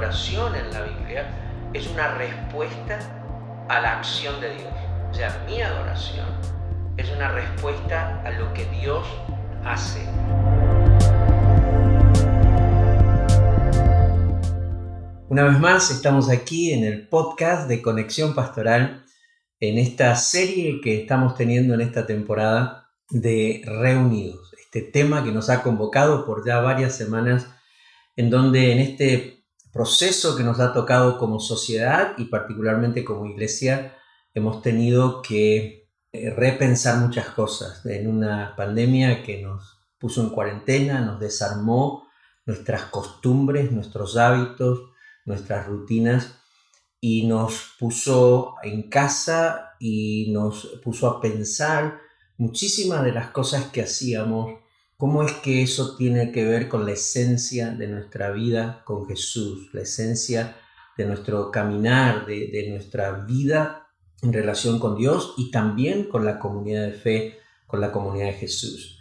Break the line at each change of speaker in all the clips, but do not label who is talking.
adoración en la Biblia es una respuesta a la acción de Dios. O sea, mi adoración es una respuesta a lo que Dios hace. Una vez más estamos aquí en el podcast de Conexión Pastoral, en esta serie que estamos teniendo en esta temporada de Reunidos. Este tema que nos ha convocado por ya varias semanas, en donde en este proceso que nos ha tocado como sociedad y particularmente como iglesia, hemos tenido que repensar muchas cosas en una pandemia que nos puso en cuarentena, nos desarmó nuestras costumbres, nuestros hábitos, nuestras rutinas, y nos puso en casa y nos puso a pensar muchísimas de las cosas que hacíamos, cómo es que eso tiene que ver con la esencia de nuestra vida con Jesús, la esencia de nuestro caminar, de nuestra vida en relación con Dios y también con la comunidad de fe, con la comunidad de Jesús.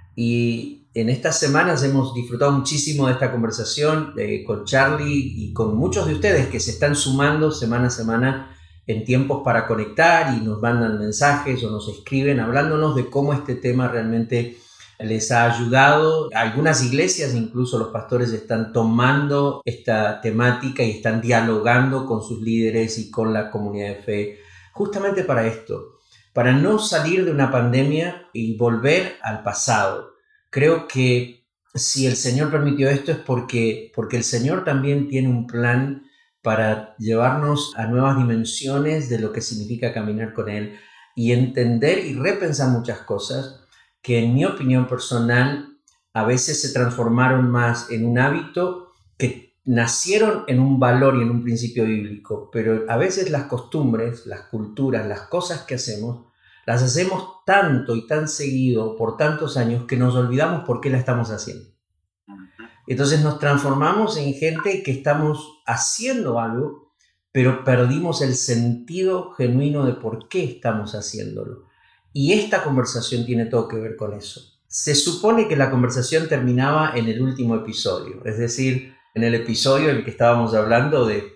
Y en estas semanas hemos disfrutado muchísimo de esta conversación con Charlie y con muchos de ustedes que se están sumando semana a semana en tiempos para conectar y nos mandan mensajes o nos escriben hablándonos de cómo este tema realmente les ha ayudado. Algunas iglesias, incluso los pastores, están tomando esta temática y están dialogando con sus líderes y con la comunidad de fe justamente para esto, para no salir de una pandemia y volver al pasado. Creo que si el Señor permitió esto es porque el Señor también tiene un plan para llevarnos a nuevas dimensiones de lo que significa caminar con Él y entender y repensar muchas cosas que en mi opinión personal a veces se transformaron más en un hábito que nacieron en un valor y en un principio bíblico, pero a veces las costumbres, las culturas, las cosas que hacemos, las hacemos tanto y tan seguido por tantos años que nos olvidamos por qué la estamos haciendo. Entonces nos transformamos en gente que estamos haciendo algo, pero perdimos el sentido genuino de por qué estamos haciéndolo. Y esta conversación tiene todo que ver con eso. Se supone que la conversación terminaba en el último episodio, es decir, en el episodio en el que estábamos hablando de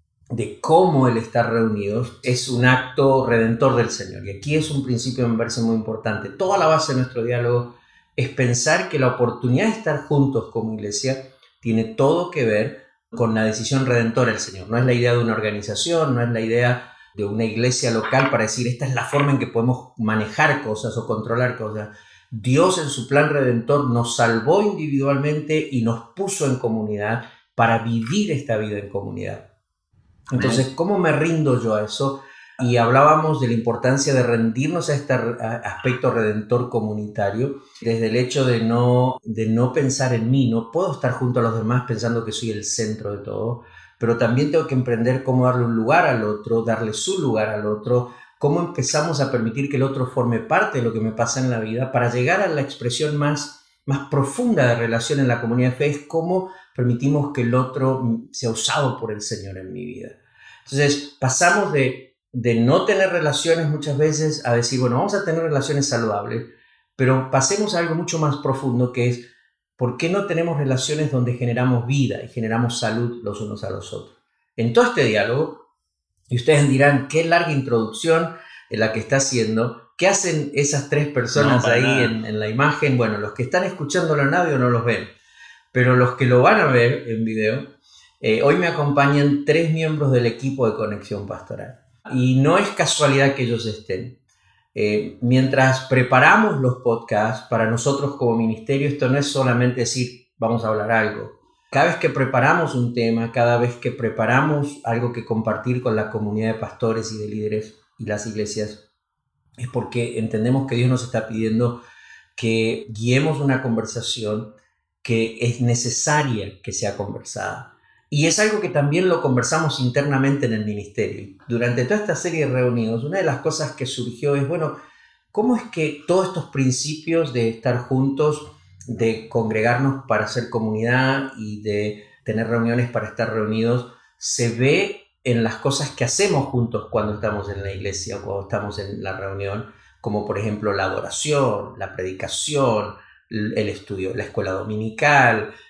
cómo el estar reunidos es un acto redentor del Señor. Y aquí es un principio, me parece muy importante. Toda la base de nuestro diálogo es pensar que la oportunidad de estar juntos como iglesia tiene todo que ver con la decisión redentora del Señor. No es la idea de una organización, no es la idea de una iglesia local para decir esta es la forma en que podemos manejar cosas o controlar cosas. Dios en su plan redentor nos salvó individualmente y nos puso en comunidad para vivir esta vida en comunidad. Entonces, ¿cómo me rindo yo a eso? Y hablábamos de la importancia de rendirnos a este aspecto redentor comunitario, desde el hecho de no pensar en mí. No puedo estar junto a los demás pensando que soy el centro de todo, pero también tengo que emprender cómo darle un lugar al otro, darle su lugar al otro, cómo empezamos a permitir que el otro forme parte de lo que me pasa en la vida para llegar a la expresión más profunda de relación en la comunidad de fe, es cómo permitimos que el otro sea usado por el Señor en mi vida. Entonces pasamos de no tener relaciones muchas veces a decir, bueno, vamos a tener relaciones saludables, pero pasemos a algo mucho más profundo, que es ¿por qué no tenemos relaciones donde generamos vida y generamos salud los unos a los otros? En todo este diálogo, y ustedes dirán, qué larga introducción en la que está haciendo, ¿qué hacen esas tres personas ahí en la imagen? Bueno, los que están escuchándolo en audio no los ven, pero los que lo van a ver en video, hoy me acompañan 3 miembros del equipo de Conexión Pastoral. Y no es casualidad que ellos estén. Mientras preparamos los podcasts, para nosotros como ministerio, esto no es solamente decir, vamos a hablar algo. Cada vez que preparamos un tema, cada vez que preparamos algo que compartir con la comunidad de pastores y de líderes y las iglesias, es porque entendemos que Dios nos está pidiendo que guiemos una conversación que es necesaria que sea conversada. Y es algo que también lo conversamos internamente en el ministerio. Durante toda esta serie de reunidos, una de las cosas que surgió es, bueno, ¿cómo es que todos estos principios de estar juntos, de congregarnos para hacer comunidad y de tener reuniones para estar reunidos, se ve en las cosas que hacemos juntos cuando estamos en la iglesia o cuando estamos en la reunión, como por ejemplo la adoración, la predicación, el estudio, la escuela dominical,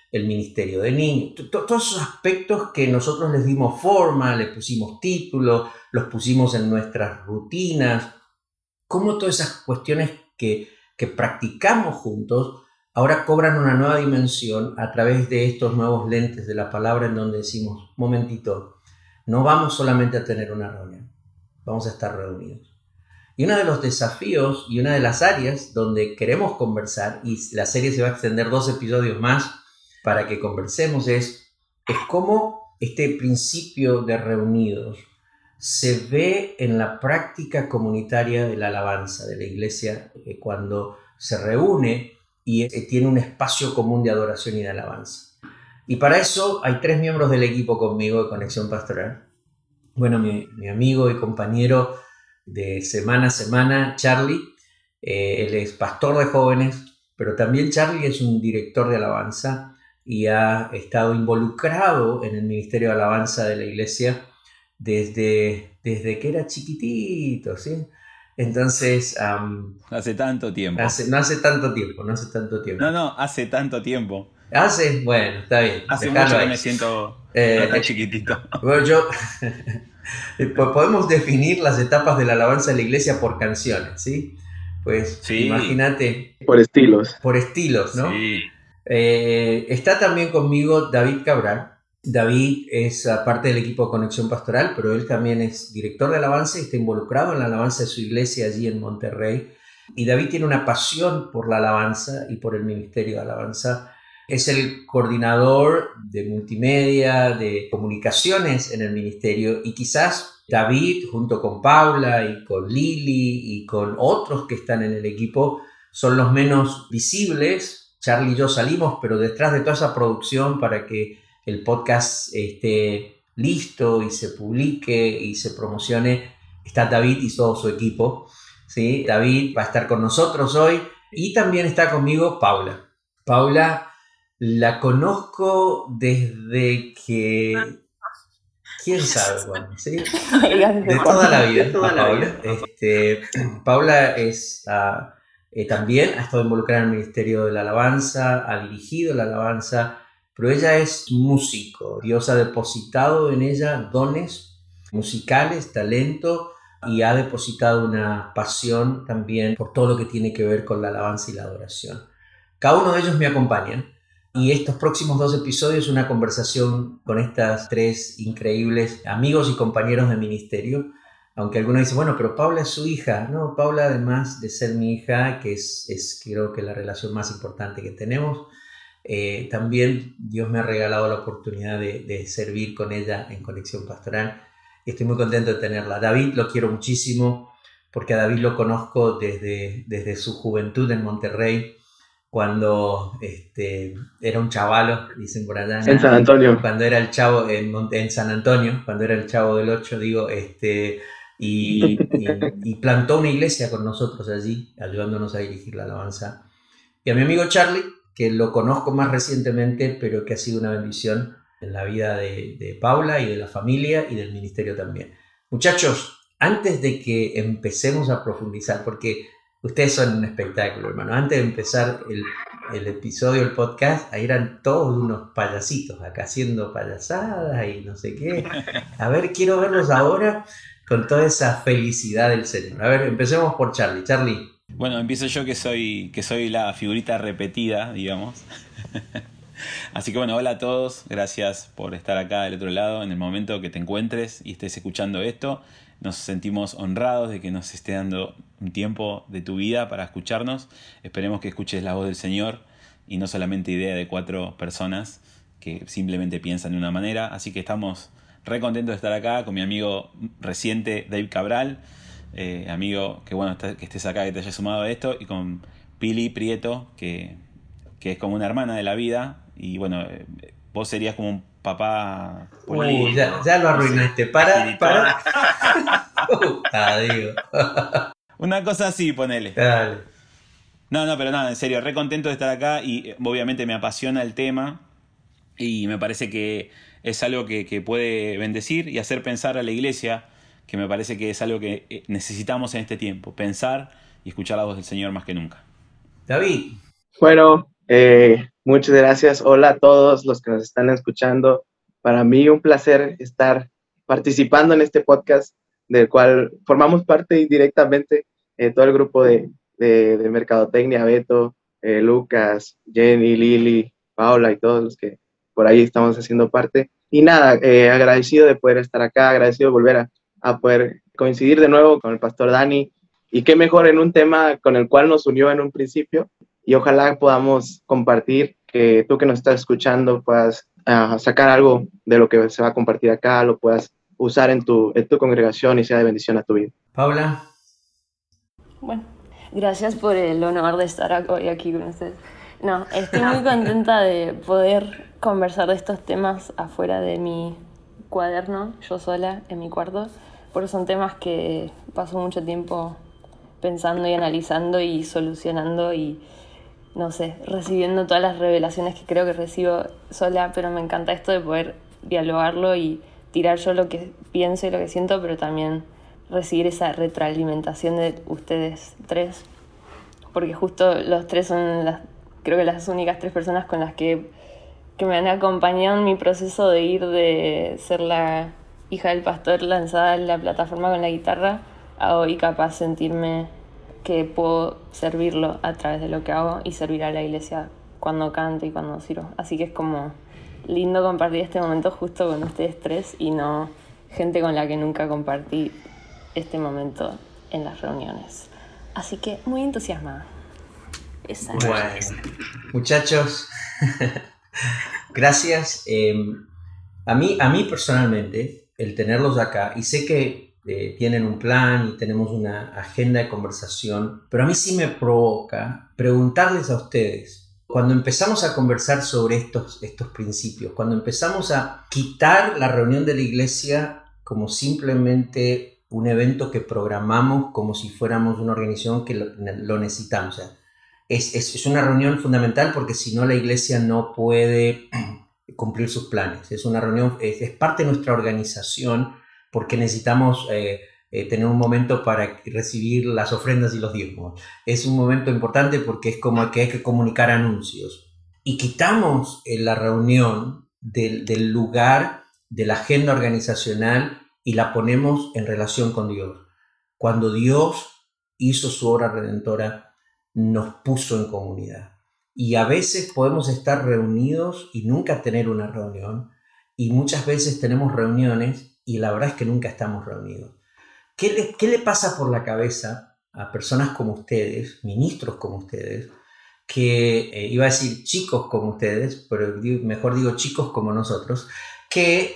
el ministerio de niños, todos esos aspectos que nosotros les dimos forma, les pusimos título, los pusimos en nuestras rutinas, cómo todas esas cuestiones que practicamos juntos ahora cobran una nueva dimensión a través de estos nuevos lentes de la palabra, en donde decimos, momentito, no vamos solamente a tener una reunión, vamos a estar reunidos. Y uno de los desafíos y una de las áreas donde queremos conversar, y la serie se va a extender 2 episodios más para que conversemos, es cómo este principio de reunidos se ve en la práctica comunitaria de la alabanza de la iglesia, cuando se reúne y tiene un espacio común de adoración y de alabanza. Y para eso hay 3 miembros del equipo conmigo de Conexión Pastoral. Bueno, mi amigo y compañero de semana a semana, Charlie. Él es pastor de jóvenes, pero también Charlie es un director de alabanza y ha estado involucrado en el ministerio de alabanza de la iglesia desde que era chiquitito, ¿sí? Entonces...
hace tanto tiempo.
no hace tanto tiempo.
No, hace tanto tiempo.
Bueno, está bien.
Hace mucho que me siento no tan chiquitito.
Bueno, podemos definir las etapas de la alabanza de la iglesia por canciones, ¿sí? Pues sí. Imagínate.
Por estilos.
Por estilos, ¿no?
Sí.
Está también conmigo David Cabral. David es parte del equipo de Conexión Pastoral, pero él también es director de alabanza y está involucrado en la alabanza de su iglesia allí en Monterrey. Y David tiene una pasión por la alabanza y por el ministerio de alabanza. Es el coordinador de multimedia, de comunicaciones en el ministerio, y quizás David, junto con Paula y con Lili y con otros que están en el equipo, son los menos visibles. Charlie y yo salimos, pero detrás de toda esa producción para que el podcast esté listo y se publique y se promocione, está David y todo su equipo, ¿sí? David va a estar con nosotros hoy y también está conmigo Paula. Paula la conozco desde que... ¿Quién sabe cuándo? ¿Sí? De toda la vida. Paula. Paula es... también ha estado involucrada en el Ministerio de la Alabanza, ha dirigido la alabanza, pero ella es músico. Dios ha depositado en ella dones musicales, talento, y ha depositado una pasión también por todo lo que tiene que ver con la alabanza y la adoración. Cada uno de ellos me acompaña, y estos próximos 2 episodios una conversación con estas 3 increíbles amigos y compañeros de ministerio. Aunque algunos dicen, bueno, pero Paula es su hija. No, Paula, además de ser mi hija, que es creo que la relación más importante que tenemos, también Dios me ha regalado la oportunidad de servir con ella en Conexión Pastoral. Estoy muy contento de tenerla. David lo quiero muchísimo, porque a David lo conozco desde su juventud en Monterrey, cuando era un chavalo, dicen por allá.
En San Antonio.
Cuando era el chavo en San Antonio, cuando era el chavo del 8, digo, y plantó una iglesia con nosotros allí, ayudándonos a dirigir la alabanza. Y a mi amigo Charlie, que lo conozco más recientemente, pero que ha sido una bendición en la vida de Paula y de la familia y del ministerio también. Muchachos, antes de que empecemos a profundizar, porque ustedes son un espectáculo, hermano. Antes de empezar el episodio, el podcast, ahí eran todos unos payasitos acá haciendo payasadas y no sé qué. A ver, quiero verlos ahora con toda esa felicidad del Señor. A ver, empecemos por Charlie. Charlie.
Bueno, empiezo yo que soy la figurita repetida, digamos. Así que bueno, hola a todos. Gracias por estar acá del otro lado en el momento que te encuentres y estés escuchando esto. Nos sentimos honrados de que nos esté dando un tiempo de tu vida para escucharnos. Esperemos que escuches la voz del Señor y no solamente idea de 4 personas que simplemente piensan de una manera. Así que estamos re contentos de estar acá con mi amigo reciente Dave Cabral, amigo que bueno que estés acá, que te hayas sumado a esto, y con Pili Prieto, que es como una hermana de la vida, y bueno, vos serías como un papá político.
Ya lo arruinaste. Para. Digo.
Una cosa así, ponele.
Dale.
No, pero nada, en serio, re contento de estar acá, y obviamente me apasiona el tema y me parece que es algo que puede bendecir y hacer pensar a la iglesia, que me parece que es algo que necesitamos en este tiempo, pensar y escuchar la voz del Señor más que nunca.
David.
Bueno, Muchas gracias. Hola a todos los que nos están escuchando. Para mí un placer estar participando en este podcast del cual formamos parte directamente todo el grupo de Mercadotecnia, Beto, Lucas, Jenny, Lili, Paola y todos los que por ahí estamos haciendo parte. Y nada, agradecido de poder estar acá, agradecido de volver a poder coincidir de nuevo con el pastor Dani. Y qué mejor en un tema con el cual nos unió en un principio y ojalá podamos compartir, que tú que nos estás escuchando puedas sacar algo de lo que se va a compartir acá, lo puedas usar en tu congregación y sea de bendición a tu vida.
Paula.
Bueno, gracias por el honor de estar hoy aquí con ustedes. No, estoy muy contenta de poder conversar de estos temas afuera de mi cuaderno, yo sola, en mi cuarto, porque son temas que paso mucho tiempo pensando y analizando y solucionando y, no sé, recibiendo todas las revelaciones que creo que recibo sola, pero me encanta esto de poder dialogarlo y tirar yo lo que pienso y lo que siento, pero también recibir esa retroalimentación de ustedes tres, porque justo los tres son creo que las únicas tres personas con las que me han acompañado en mi proceso de ir de ser la hija del pastor lanzada en la plataforma con la guitarra a hoy capaz sentirme que puedo servirlo a través de lo que hago y servir a la iglesia cuando canto y cuando sirvo. Así que es como lindo compartir este momento justo con ustedes tres y no gente con la que nunca compartí este momento en las reuniones. Así que muy entusiasmada.
Bueno, muchachos, gracias. A mí personalmente, el tenerlos acá, y sé que tienen un plan y tenemos una agenda de conversación, pero a mí sí me provoca preguntarles a ustedes, cuando empezamos a conversar sobre estos principios, cuando empezamos a quitar la reunión de la iglesia como simplemente un evento que programamos como si fuéramos una organización que lo necesitamos. O sea, es una reunión fundamental porque si no la iglesia no puede cumplir sus planes. Es una reunión, es parte de nuestra organización porque necesitamos tener un momento para recibir las ofrendas y los diezmos. Es un momento importante porque es como que hay que comunicar anuncios. Y quitamos la reunión del lugar de la agenda organizacional y la ponemos en relación con Dios. Cuando Dios hizo su obra redentora, nos puso en comunidad. Y a veces podemos estar reunidos y nunca tener una reunión. Y muchas veces tenemos reuniones y la verdad es que nunca estamos reunidos. ¿Qué le pasa por la cabeza a personas como ustedes, ministros como ustedes, que iba a decir chicos como ustedes, pero mejor digo chicos como nosotros, que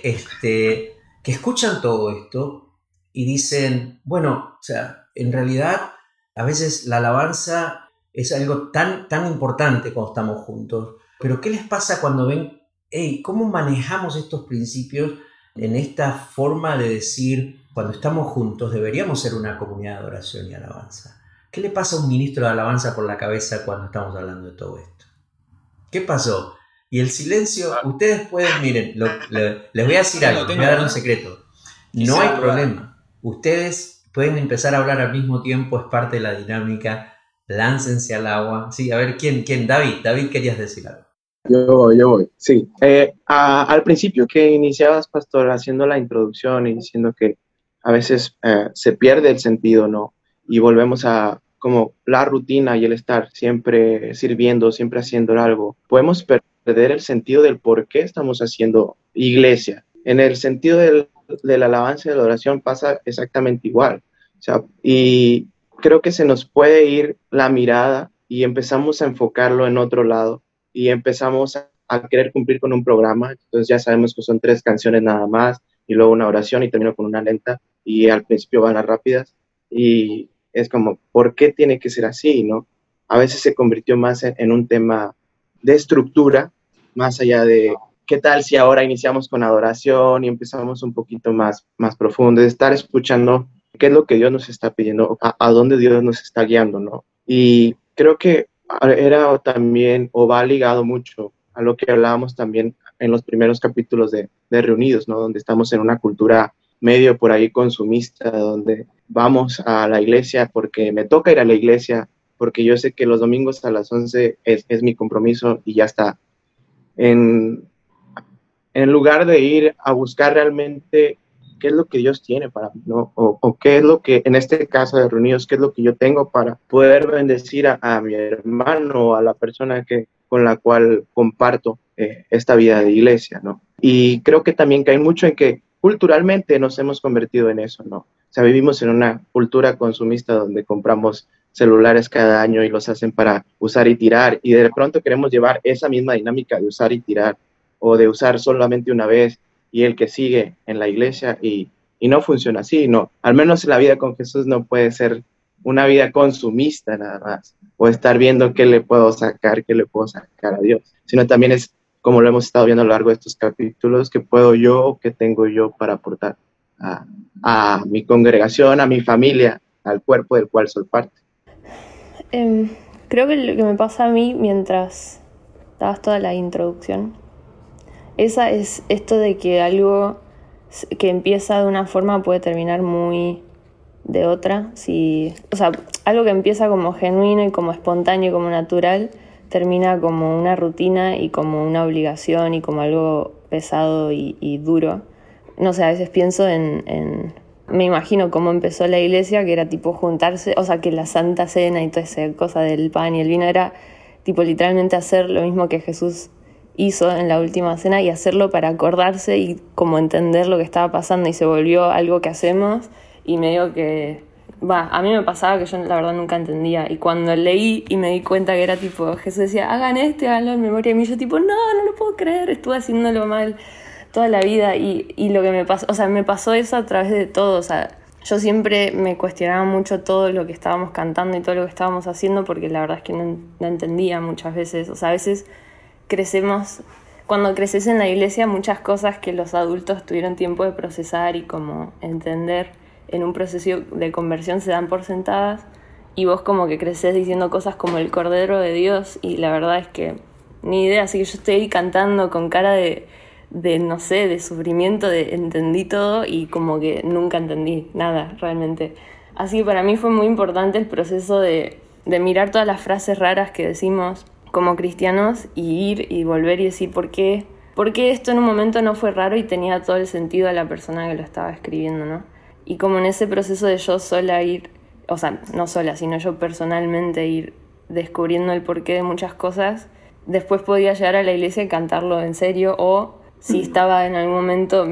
escuchan todo esto y dicen, bueno, o sea, en realidad a veces la alabanza es algo tan importante cuando estamos juntos, pero ¿qué les pasa cuando ven, hey, cómo manejamos estos principios en esta forma de decir, cuando estamos juntos deberíamos ser una comunidad de adoración y alabanza? ¿Qué le pasa a un ministro de alabanza por la cabeza cuando estamos hablando de todo esto? ¿Qué pasó? Y el silencio, ustedes pueden, miren, les voy a decir algo, les voy a dar un secreto. No hay problema. Ustedes pueden empezar a hablar al mismo tiempo, es parte de la dinámica. Láncense al agua. Sí, a ver, ¿quién? David, querías decir algo.
Yo voy, sí. Al principio que iniciabas, pastor, haciendo la introducción y diciendo que a veces se pierde el sentido, ¿no? Y volvemos a como la rutina y el estar siempre sirviendo, siempre haciendo algo. Podemos perder el sentido del por qué estamos haciendo iglesia. En el sentido de la alabanza y de la oración pasa exactamente igual. O sea, y creo que se nos puede ir la mirada y empezamos a enfocarlo en otro lado y empezamos a querer cumplir con un programa. Entonces ya sabemos que son 3 canciones nada más y luego una oración y termino con una lenta y al principio van las rápidas y es como, ¿por qué tiene que ser así, no? A veces se convirtió más en un tema de estructura, más allá de qué tal si ahora iniciamos con adoración y empezamos un poquito más profundo, de estar escuchando qué es lo que Dios nos está pidiendo, a dónde Dios nos está guiando, ¿no? Y creo que era también, o va ligado mucho a lo que hablábamos también en los primeros capítulos de Reunidos, ¿no? Donde estamos en una cultura medio por ahí consumista, donde vamos a la iglesia porque me toca ir a la iglesia porque yo sé que los domingos a las 11 es mi compromiso y ya está. En, en lugar de ir a buscar realmente qué es lo que Dios tiene para mí, ¿no? O qué es lo que, en este caso de reunidos, qué es lo que yo tengo para poder bendecir a mi hermano o a la persona con la cual comparto esta vida de iglesia, ¿no? Y creo que también cae mucho en que culturalmente nos hemos convertido en eso, ¿no? O sea, vivimos en una cultura consumista donde compramos celulares cada año y los hacen para usar y tirar, y de pronto queremos llevar esa misma dinámica de usar y tirar, o de usar solamente una vez y el que sigue en la iglesia, y no funciona así, no. Al menos la vida con Jesús no puede ser una vida consumista nada más, o estar viendo qué le puedo sacar, qué le puedo sacar a Dios, sino también es, como lo hemos estado viendo a lo largo de estos capítulos, qué puedo yo o qué tengo yo para aportar a mi congregación, a mi familia, al cuerpo del cual soy parte.
Creo que lo que me pasa a mí mientras dabas toda la introducción, esa es esto de que algo que empieza de una forma puede terminar muy de otra. O sea, algo que empieza como genuino y como espontáneo y como natural, termina como una rutina y como una obligación y como algo pesado y duro. No sé, a veces pienso me imagino cómo empezó la iglesia, que era tipo juntarse, o sea, que la Santa Cena y toda esa cosa del pan y el vino era tipo literalmente hacer lo mismo que Jesús hizo en la última cena, y hacerlo para acordarse y como entender lo que estaba pasando, y se volvió algo que hacemos. Y medio que, a mí me pasaba que yo la verdad nunca entendía, y cuando leí y me di cuenta que era tipo, Jesús decía, háganlo en memoria de mí, yo tipo, no lo puedo creer, estuve haciéndolo mal toda la vida. Y lo que me pasó, o sea, me pasó eso a través de todo. O sea, yo siempre me cuestionaba mucho todo lo que estábamos cantando y todo lo que estábamos haciendo, porque la verdad es que no entendía muchas veces. O sea, a veces cuando creces en la iglesia, muchas cosas que los adultos tuvieron tiempo de procesar y como entender en un proceso de conversión se dan por sentadas, y vos como que creces diciendo cosas como el Cordero de Dios, y la verdad es que ni idea. Así que yo estoy ahí cantando con cara de no sé, de sufrimiento, de entendí todo y como que nunca entendí nada realmente. Así que para mí fue muy importante el proceso de mirar todas las frases raras que decimos como cristianos, y ir y volver y decir por qué esto en un momento no fue raro y tenía todo el sentido a la persona que lo estaba escribiendo, ¿no? Y como en ese proceso de yo sola ir, o sea, no sola, sino yo personalmente ir descubriendo el porqué de muchas cosas, después podía llegar a la iglesia y cantarlo en serio, o si estaba en algún momento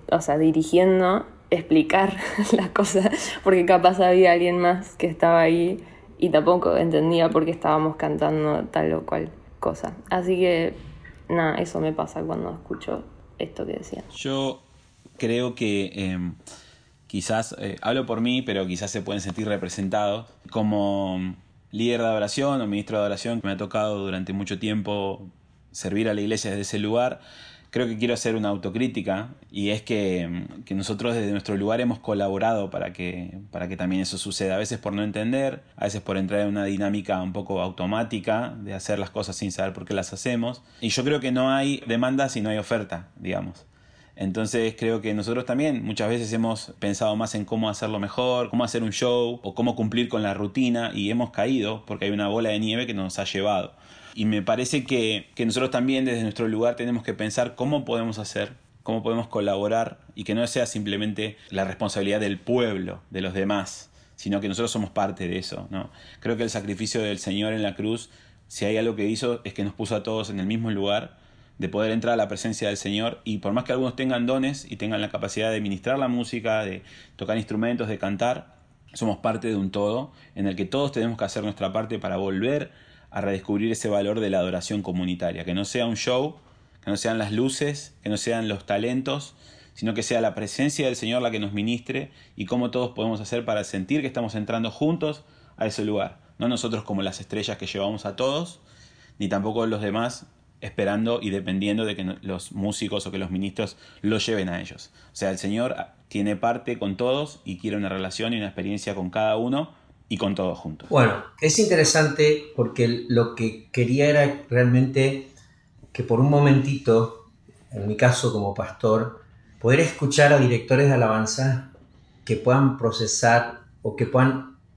dirigiendo, explicar las cosas, porque capaz había alguien más que estaba ahí y tampoco entendía por qué estábamos cantando tal o cual cosa. Así que, nada, eso me pasa cuando escucho esto que decía.
Yo creo que quizás, hablo por mí, pero quizás se pueden sentir representados. Como líder de adoración o ministro de adoración, que me ha tocado durante mucho tiempo servir a la iglesia desde ese lugar, creo que quiero hacer una autocrítica, y es que nosotros desde nuestro lugar hemos colaborado para que también eso suceda. A veces por no entender, a veces por entrar en una dinámica un poco automática de hacer las cosas sin saber por qué las hacemos. Y yo creo que no hay demanda si no hay oferta, digamos. Entonces creo que nosotros también muchas veces hemos pensado más en cómo hacerlo mejor, cómo hacer un show o cómo cumplir con la rutina, y hemos caído porque hay una bola de nieve que nos ha llevado. Y me parece que nosotros también desde nuestro lugar tenemos que pensar cómo podemos hacer, cómo podemos colaborar, y que no sea simplemente la responsabilidad del pueblo, de los demás, sino que nosotros somos parte de eso, ¿no? Creo que el sacrificio del Señor en la cruz, si hay algo que hizo, es que nos puso a todos en el mismo lugar, de poder entrar a la presencia del Señor. Y por más que algunos tengan dones y tengan la capacidad de ministrar la música, de tocar instrumentos, de cantar, somos parte de un todo en el que todos tenemos que hacer nuestra parte para volver a redescubrir ese valor de la adoración comunitaria, que no sea un show, que no sean las luces, que no sean los talentos, sino que sea la presencia del Señor la que nos ministre, y cómo todos podemos hacer para sentir que estamos entrando juntos a ese lugar. No nosotros como las estrellas que llevamos a todos, ni tampoco los demás esperando y dependiendo de que los músicos o que los ministros los lleven a ellos. O sea, el Señor tiene parte con todos y quiere una relación y una experiencia con cada uno y con todos juntos.
Bueno, es interesante porque lo que quería era realmente que por un momentito, en mi caso como pastor, poder escuchar a directores de alabanza que puedan procesar o que puedan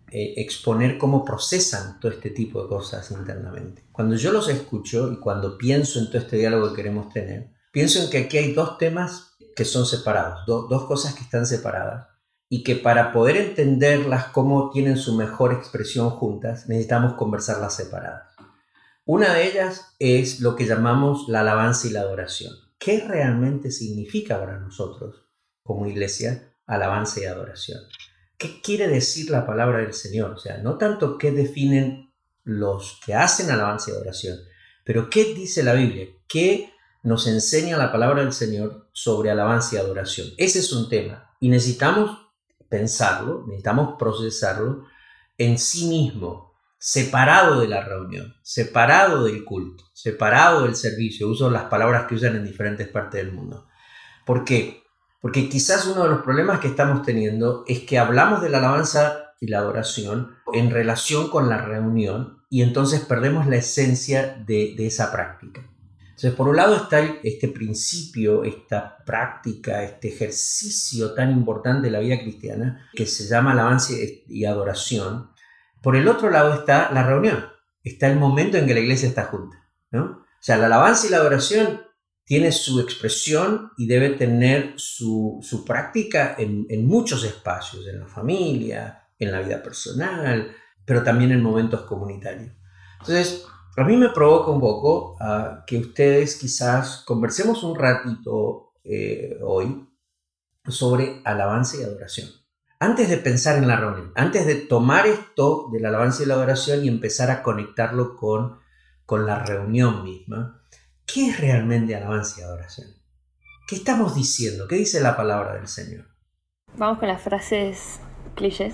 exponer cómo procesan todo este tipo de cosas internamente. Cuando yo los escucho y cuando pienso en todo este diálogo que queremos tener, pienso en que aquí hay dos temas que son separados, dos cosas que están separadas y que para poder entenderlas cómo tienen su mejor expresión juntas, necesitamos conversarlas separadas. Una de ellas es lo que llamamos la alabanza y la adoración. ¿Qué realmente significa para nosotros como iglesia alabanza y adoración? ¿Qué quiere decir la palabra del Señor? O sea, no tanto qué definen los que hacen alabanza y adoración, pero qué dice la Biblia, qué nos enseña la palabra del Señor sobre alabanza y adoración. Ese es un tema y necesitamos pensarlo, necesitamos procesarlo en sí mismo, separado de la reunión, separado del culto, separado del servicio. Uso las palabras que usan en diferentes partes del mundo. ¿Por qué? Porque quizás uno de los problemas que estamos teniendo es que hablamos de la alabanza y la adoración en relación con la reunión y entonces perdemos la esencia de esa práctica. Entonces, por un lado está este principio, esta práctica, este ejercicio tan importante de la vida cristiana que se llama alabanza y adoración. Por el otro lado está la reunión, está el momento en que la iglesia está junta, ¿no? O sea, la alabanza y la adoración tiene su expresión y debe tener su práctica en muchos espacios, en la familia, en la vida personal, pero también en momentos comunitarios. Entonces, a mí me provoca un poco que ustedes quizás conversemos un ratito hoy sobre alabanza y adoración. Antes de pensar en la reunión, antes de tomar esto de la alabanza y la adoración y empezar a conectarlo con la reunión misma, ¿qué es realmente alabanza y adoración? ¿Qué estamos diciendo? ¿Qué dice la palabra del Señor?
Vamos con las frases clichés.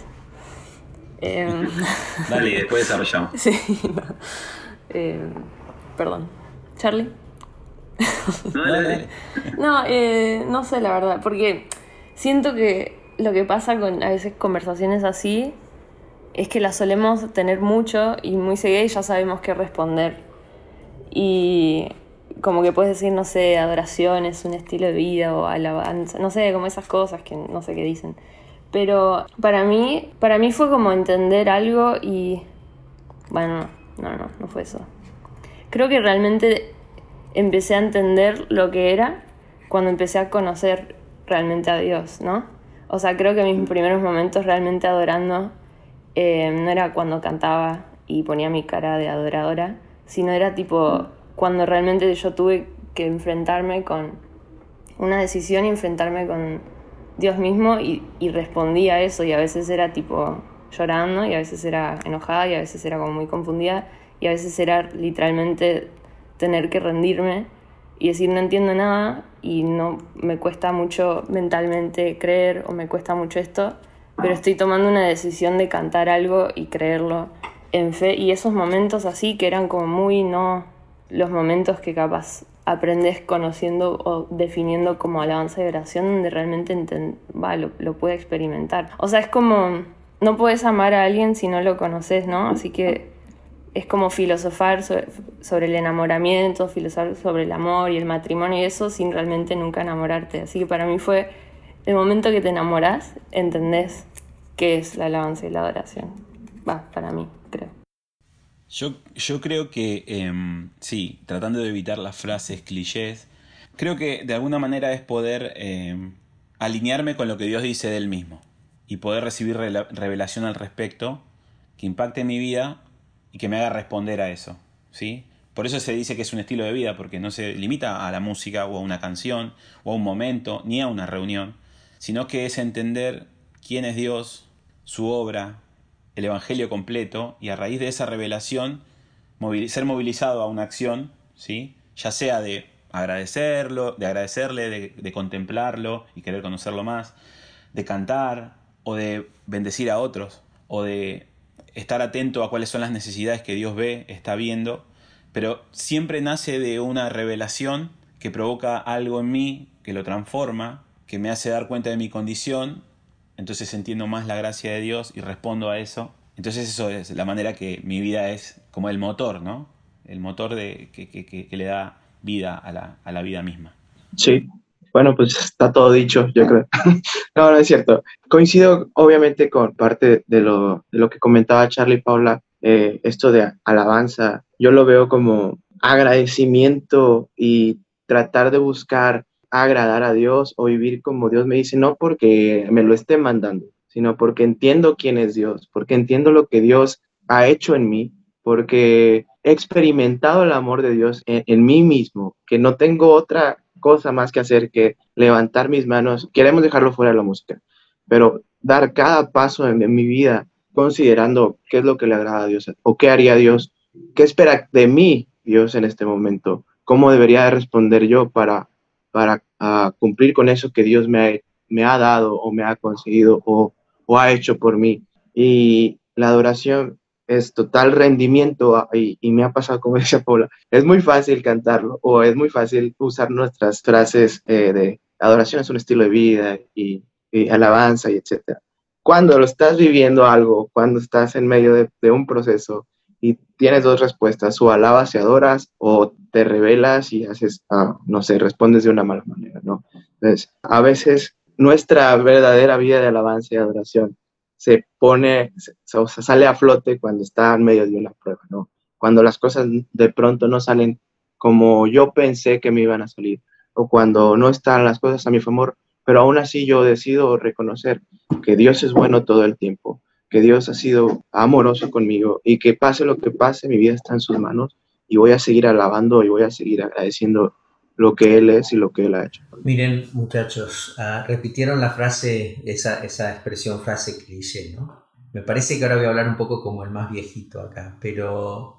Dale, y después desarrollamos.
Sí, no. Perdón. ¿Charlie?
Dale.
No, no sé la verdad, porque siento que lo que pasa con a veces conversaciones así es que las solemos tener mucho y muy seguida y ya sabemos qué responder. Y como que puedes decir, no sé, adoración es un estilo de vida o alabanza, no sé, como esas cosas que no sé qué dicen. Pero para mí fue como entender algo y... Bueno, no fue eso. Creo que realmente empecé a entender lo que era cuando empecé a conocer realmente a Dios, ¿no? O sea, creo que mis primeros momentos realmente adorando no era cuando cantaba y ponía mi cara de adoradora, sino era tipo cuando realmente yo tuve que enfrentarme con una decisión y enfrentarme con Dios mismo y respondí a eso, y a veces era tipo llorando y a veces era enojada y a veces era como muy confundida y a veces era literalmente tener que rendirme y decir no entiendo nada y no me cuesta mucho mentalmente creer o me cuesta mucho esto, pero estoy tomando una decisión de cantar algo y creerlo en fe. Y esos momentos así que eran como muy no los momentos que capaz aprendes conociendo o definiendo como alabanza y oración, donde realmente lo puede experimentar. O sea, es como no puedes amar a alguien si no lo conoces, ¿no? Así que es como filosofar sobre el enamoramiento, filosofar sobre el amor y el matrimonio y eso sin realmente nunca enamorarte. Así que para mí fue el momento que te enamorás, entendés qué es la alabanza y la adoración. Para mí, creo.
Yo creo que, sí, tratando de evitar las frases clichés, creo que de alguna manera es poder alinearme con lo que Dios dice de Él mismo y poder recibir revelación al respecto que impacte mi vida y que me haga responder a eso, ¿sí? Por eso se dice que es un estilo de vida, porque no se limita a la música o a una canción o a un momento, ni a una reunión, sino que es entender quién es Dios, su obra, el evangelio completo, y a raíz de esa revelación ser movilizado a una acción, ¿sí? Ya sea de agradecerle, de contemplarlo y querer conocerlo más, de cantar o de bendecir a otros o de estar atento a cuáles son las necesidades que Dios ve, está viendo, pero siempre nace de una revelación que provoca algo en mí, que lo transforma, que me hace dar cuenta de mi condición, entonces entiendo más la gracia de Dios y respondo a eso. Entonces eso es la manera que mi vida es como el motor, ¿no? El motor que le da vida a la vida misma.
Sí, Bueno, pues está todo dicho, yo creo. No, no es cierto. Coincido obviamente con parte de lo que comentaba Charlie y Paula, esto de alabanza. Yo lo veo como agradecimiento y tratar de buscar agradar a Dios o vivir como Dios me dice, no porque me lo esté mandando, sino porque entiendo quién es Dios, porque entiendo lo que Dios ha hecho en mí, porque he experimentado el amor de Dios en mí mismo, que no tengo otra cosa más que hacer que levantar mis manos. Queremos dejarlo fuera de la música, pero dar cada paso en mi vida considerando qué es lo que le agrada a Dios o qué haría Dios, qué espera de mí Dios en este momento, cómo debería responder yo para cumplir con eso que Dios me ha dado o me ha conseguido o ha hecho por mí. Y la adoración es total rendimiento y me ha pasado, como decía Paula, es muy fácil cantarlo o es muy fácil usar nuestras frases de adoración es un estilo de vida y alabanza y etcétera. Cuando lo estás viviendo algo, cuando estás en medio de un proceso y tienes dos respuestas, o alabas y adoras o te rebelas y haces, no sé, respondes de una mala manera, ¿no? Entonces, a veces nuestra verdadera vida de alabanza y adoración se pone, o sea, sale a flote cuando está en medio de una prueba, ¿no? Cuando las cosas de pronto no salen como yo pensé que me iban a salir, o cuando no están las cosas a mi favor, pero aún así yo decido reconocer que Dios es bueno todo el tiempo, que Dios ha sido amoroso conmigo y que pase lo que pase, mi vida está en sus manos y voy a seguir alabando y voy a seguir agradeciendo lo que Él es y lo que Él ha hecho.
Miren, muchachos, repitieron la frase, esa expresión, frase cliché, ¿no? Me parece que ahora voy a hablar un poco como el más viejito acá, pero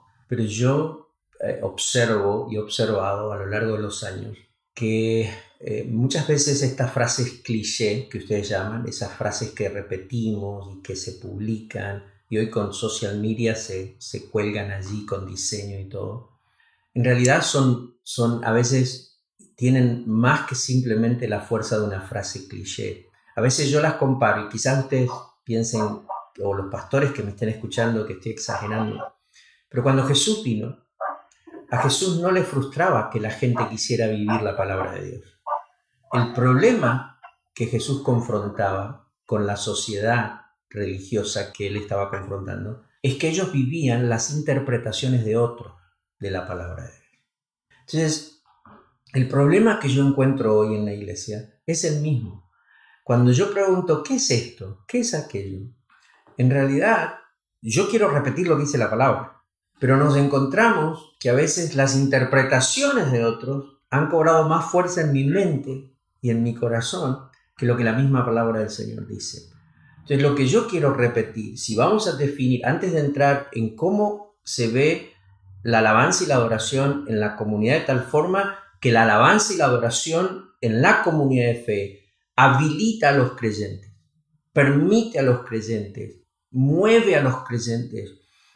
yo observo y he observado a lo largo de los años que muchas veces estas frases cliché que ustedes llaman, esas frases que repetimos y que se publican y hoy con social media se cuelgan allí con diseño y todo, en realidad son a veces tienen más que simplemente la fuerza de una frase cliché. A veces yo las comparo y quizás ustedes piensen, o los pastores que me estén escuchando, que estoy exagerando, pero cuando Jesús vino, a Jesús no le frustraba que la gente quisiera vivir la palabra de Dios. El problema que Jesús confrontaba con la sociedad religiosa que él estaba confrontando es que ellos vivían las interpretaciones de otros de la palabra de Dios. Entonces, el problema que yo encuentro hoy en la iglesia es el mismo. Cuando yo pregunto, ¿qué es esto? ¿Qué es aquello? En realidad, yo quiero repetir lo que dice la palabra, pero nos encontramos que a veces las interpretaciones de otros han cobrado más fuerza en mi mente y en mi corazón que lo que la misma palabra del Señor dice. Entonces, lo que yo quiero repetir, si vamos a definir, antes de entrar en cómo se ve la alabanza y la adoración en la comunidad de tal forma que la alabanza y la adoración en la comunidad de fe habilita a los creyentes, permite a los creyentes, mueve a los creyentes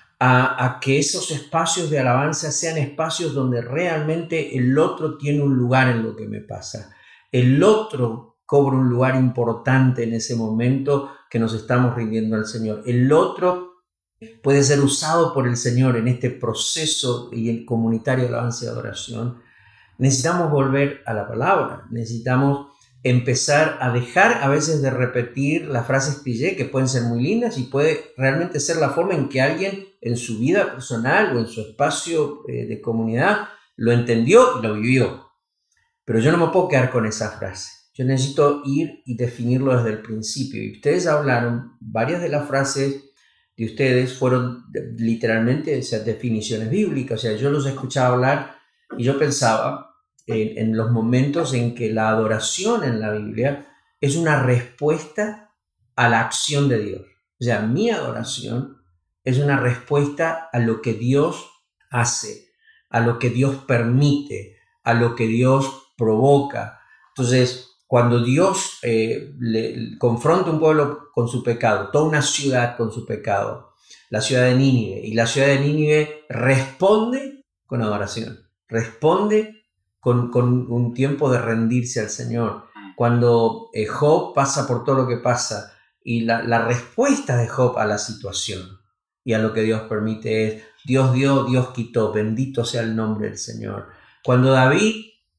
a que esos espacios de alabanza sean espacios donde realmente el otro tiene un lugar en lo que me pasa. El otro cobra un lugar importante en ese momento que nos estamos rindiendo al Señor. El otro puede ser usado por el Señor en este proceso y el comunitario de alabanza y adoración. Necesitamos volver a la palabra, necesitamos empezar a dejar a veces de repetir las frases cliché que pueden ser muy lindas y puede realmente ser la forma en que alguien en su vida personal o en su espacio de comunidad lo entendió y lo vivió. Pero yo no me puedo quedar con esa frase. Yo necesito ir y definirlo desde el principio. Y ustedes hablaron, varias de las frases de ustedes fueron literalmente esas definiciones bíblicas. O sea, yo los escuchaba hablar y yo pensaba en los momentos en que la adoración en la Biblia es una respuesta a la acción de Dios. O sea, mi adoración es una respuesta a lo que Dios hace, a lo que Dios permite, a lo que Dios provoca. Entonces, cuando Dios le confronta a un pueblo con su pecado, toda una ciudad con su pecado, la ciudad de Nínive, y la ciudad de Nínive responde con adoración, responde con un tiempo de rendirse al Señor. Cuando Job pasa por todo lo que pasa y la respuesta de Job a la situación y a lo que Dios permite es Dios dio, Dios quitó, bendito sea el nombre del Señor. Cuando David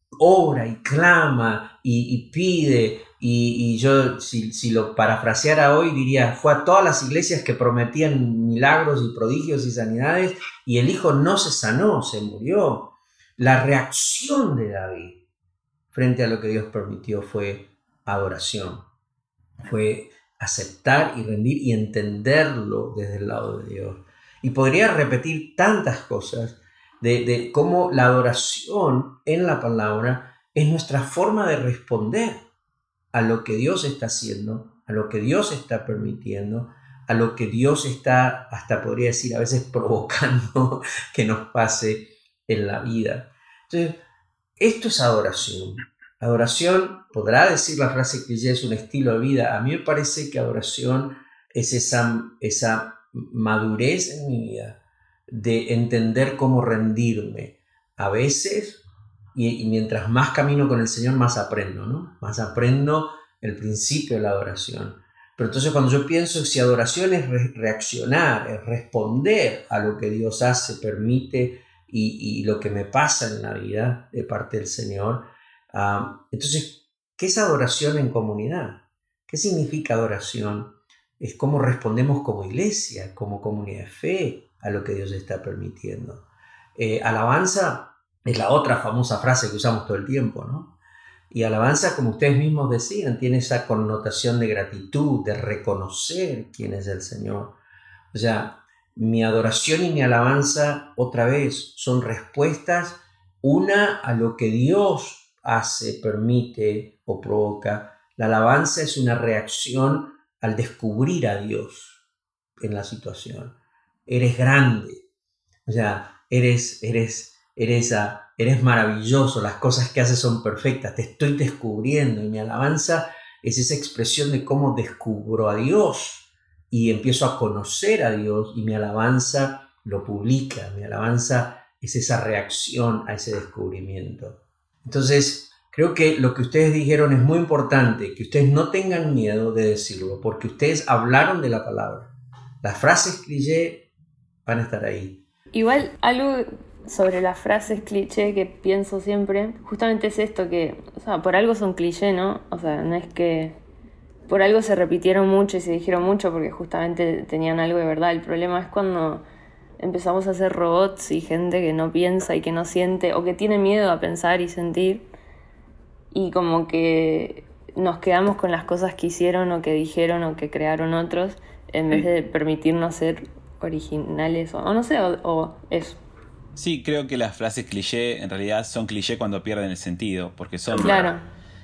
ora y clama y pide, y yo si lo parafraseara hoy diría, fue a todas las iglesias que prometían milagros y prodigios y sanidades, y el hijo no se sanó, se murió. La reacción de David frente a lo que Dios permitió fue adoración, fue aceptar y rendir y entenderlo desde el lado de Dios. Y podría repetir tantas cosas de cómo la adoración en la palabra es nuestra forma de responder a lo que Dios está haciendo, a lo que Dios está permitiendo, a lo que Dios está, hasta podría decir, a veces provocando que nos pase en la vida. Entonces, esto es adoración. Adoración, podrá decir la frase que ya es un estilo de vida. A mí me parece que adoración es esa madurez en mi vida de entender cómo rendirme. A veces, y mientras más camino con el Señor, más aprendo, ¿no? Más aprendo el principio de la adoración. Pero entonces cuando yo pienso si adoración es reaccionar, es responder a lo que Dios hace, permite y lo que me pasa en la vida de parte del Señor, entonces, ¿qué es adoración en comunidad? ¿Qué significa adoración? Es cómo respondemos como iglesia, como comunidad de fe a lo que Dios está permitiendo. Alabanza es la otra famosa frase que usamos todo el tiempo, ¿no? Y alabanza, como ustedes mismos decían, tiene esa connotación de gratitud, de reconocer quién es el Señor. O sea, mi adoración y mi alabanza, otra vez, son respuestas, una a lo que Dios hace, permite o provoca. La alabanza es una reacción al descubrir a Dios en la situación. Eres grande, o sea, eres maravilloso, las cosas que haces son perfectas, te estoy descubriendo. Y mi alabanza es esa expresión de cómo descubro a Dios y empiezo a conocer a Dios, y mi alabanza lo publica. Mi alabanza es esa reacción a ese descubrimiento. Entonces, creo que lo que ustedes dijeron es muy importante, que ustedes no tengan miedo de decirlo, porque ustedes hablaron de la palabra. Las frases cliché van a estar ahí.
Igual, algo sobre las frases cliché que pienso siempre, justamente es esto, que, o sea, por algo son cliché, ¿no? O sea, no es que por algo se repitieron mucho y se dijeron mucho porque justamente tenían algo de verdad. El problema es cuando empezamos a hacer robots y gente que no piensa y que no siente, o que tiene miedo a pensar y sentir, y como que nos quedamos con las cosas que hicieron o que dijeron o que crearon otros, en vez de permitirnos ser originales, o no sé, o eso.
Sí, creo que las frases cliché en realidad son cliché cuando pierden el sentido, porque son...
Claro.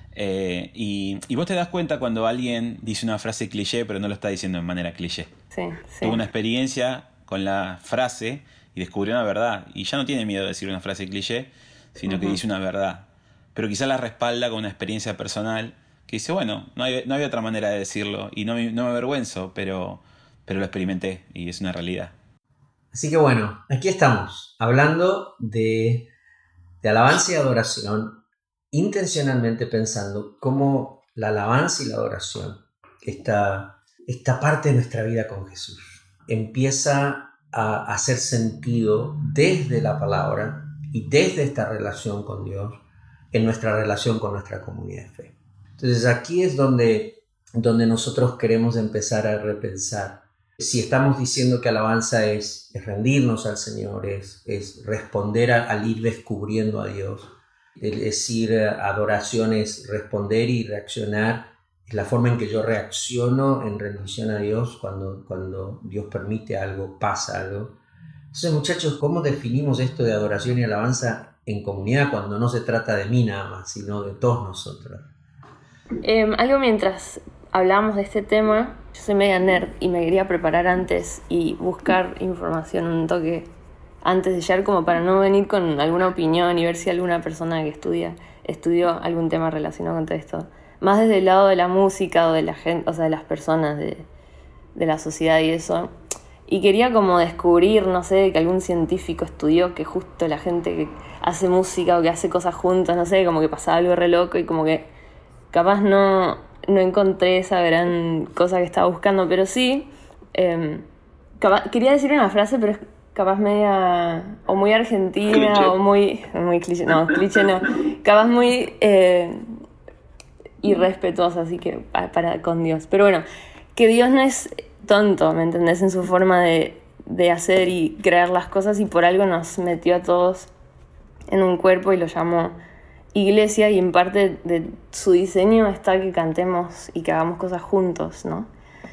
Y vos te das cuenta cuando alguien dice una frase cliché pero no lo está diciendo de manera cliché.
Sí.
Tuvo una experiencia con la frase y descubrió una verdad, y ya no tiene miedo de decir una frase cliché, sino que dice una verdad, pero quizás la respalda con una experiencia personal que dice, bueno, no había otra manera de decirlo y no me avergüenzo, pero lo experimenté y es una realidad.
Así que bueno, aquí estamos hablando de alabanza y adoración, intencionalmente pensando cómo la alabanza y la adoración, esta parte de nuestra vida con Jesús, empieza a hacer sentido desde la palabra y desde esta relación con Dios, en nuestra relación con nuestra comunidad de fe. Entonces aquí es donde nosotros queremos empezar a repensar. Si estamos diciendo que alabanza es rendirnos al Señor, es responder al ir descubriendo a Dios, es decir, adoración es responder y reaccionar, es la forma en que yo reacciono en rendición a Dios cuando Dios permite algo, pasa algo. Entonces, muchachos, ¿cómo definimos esto de adoración y alabanza en comunidad cuando no se trata de mí nada más, sino de todos nosotros?
Algo mientras hablábamos de este tema, yo soy media nerd y me quería preparar antes y buscar información un toque antes de llegar, como para no venir con alguna opinión y ver si alguna persona que estudió algún tema relacionado con todo esto, más desde el lado de la música o de la gente, o sea, de las personas de la sociedad y eso. Y quería como descubrir, no sé, que algún científico estudió que justo la gente que hace música o que hace cosas juntas, no sé, como que pasaba algo re loco, y como que capaz no encontré esa gran cosa que estaba buscando, pero sí, quería decir una frase, pero capaz media, o muy argentina,
Cliché.
o muy cliché, no, cliché no, capaz muy irrespetuosa, así que para con Dios. Pero bueno, que Dios no es tonto, ¿me entendés? En su forma de hacer y crear las cosas, y por algo nos metió a todos en un cuerpo y lo llamó iglesia, y en parte de su diseño está que cantemos y que hagamos cosas juntos, ¿no?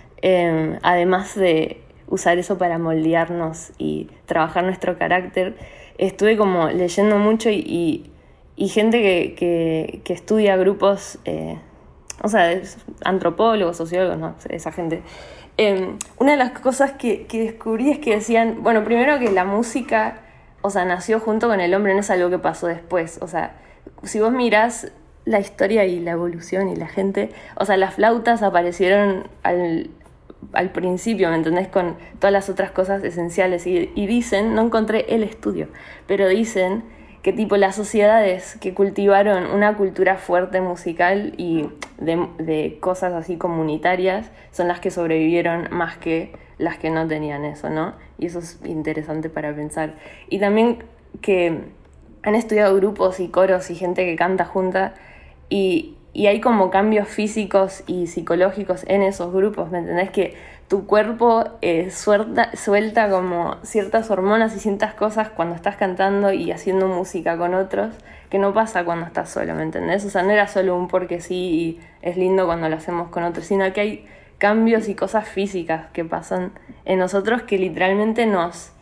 Además de usar eso para moldearnos y trabajar nuestro carácter, estuve como leyendo mucho y gente que estudia grupos, o sea, antropólogos, sociólogos, ¿no? Esa gente. Una de las cosas que descubrí es que decían, bueno, primero que la música, o sea, nació junto con el hombre, no es algo que pasó después. O sea, si vos mirás la historia y la evolución y la gente, o sea, las flautas aparecieron al principio, ¿me entendés? Con todas las otras cosas esenciales. Y dicen, no encontré el estudio, pero dicen que tipo las sociedades que cultivaron una cultura fuerte musical y de cosas así comunitarias son las que sobrevivieron más que las que no tenían eso, ¿no? Y eso es interesante para pensar. Y también que han estudiado grupos y coros y gente que canta junta y hay como cambios físicos y psicológicos en esos grupos, ¿me entendés? Que tu cuerpo suelta como ciertas hormonas y ciertas cosas cuando estás cantando y haciendo música con otros, que no pasa cuando estás solo, ¿me entendés? O sea, no era solo un porque sí y es lindo cuando lo hacemos con otros, sino que hay cambios y cosas físicas que pasan en nosotros que literalmente nos...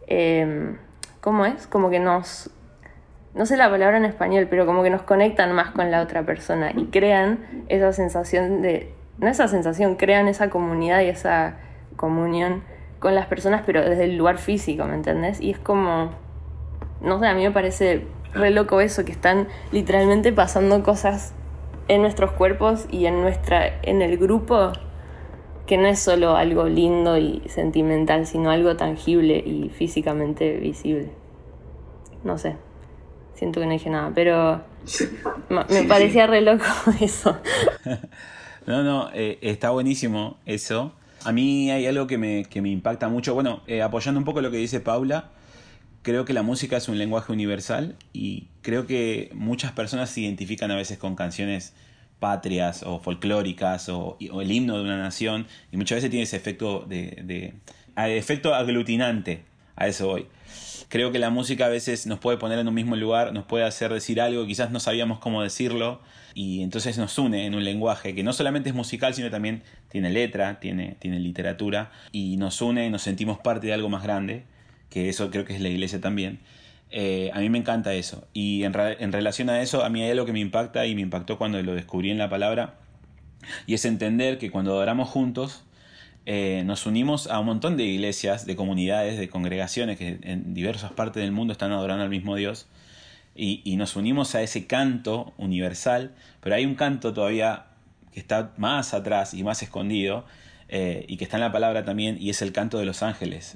¿cómo es? Como que nos... No sé la palabra en español, pero como que nos conectan más con la otra persona y crean esa sensación de... No esa sensación, crean esa comunidad y esa comunión con las personas, pero desde el lugar físico, ¿me entendés? Y es como... No sé, a mí me parece re loco eso, que están literalmente pasando cosas en nuestros cuerpos y en el grupo, que no es solo algo lindo y sentimental, sino algo tangible y físicamente visible. No sé. Siento que no dije nada, pero me parecía re loco eso.
No, está buenísimo eso. A mí hay algo que me impacta mucho. Bueno, apoyando un poco lo que dice Paula, creo que la música es un lenguaje universal y creo que muchas personas se identifican a veces con canciones patrias o folclóricas o el himno de una nación, y muchas veces tiene ese efecto efecto aglutinante. A eso voy. Creo que la música a veces nos puede poner en un mismo lugar, nos puede hacer decir algo, quizás no sabíamos cómo decirlo, y entonces nos une en un lenguaje que no solamente es musical, sino también tiene letra, tiene literatura, y nos une, nos sentimos parte de algo más grande, que eso creo que es la iglesia también. A mí me encanta eso, y en relación a eso, a mí hay algo que me impacta y me impactó cuando lo descubrí en la palabra, y es entender que cuando adoramos juntos, nos unimos a un montón de iglesias, de comunidades, de congregaciones que en diversas partes del mundo están adorando al mismo Dios, y nos unimos a ese canto universal, pero hay un canto todavía que está más atrás y más escondido, y que está en la palabra también, y es el canto de los ángeles,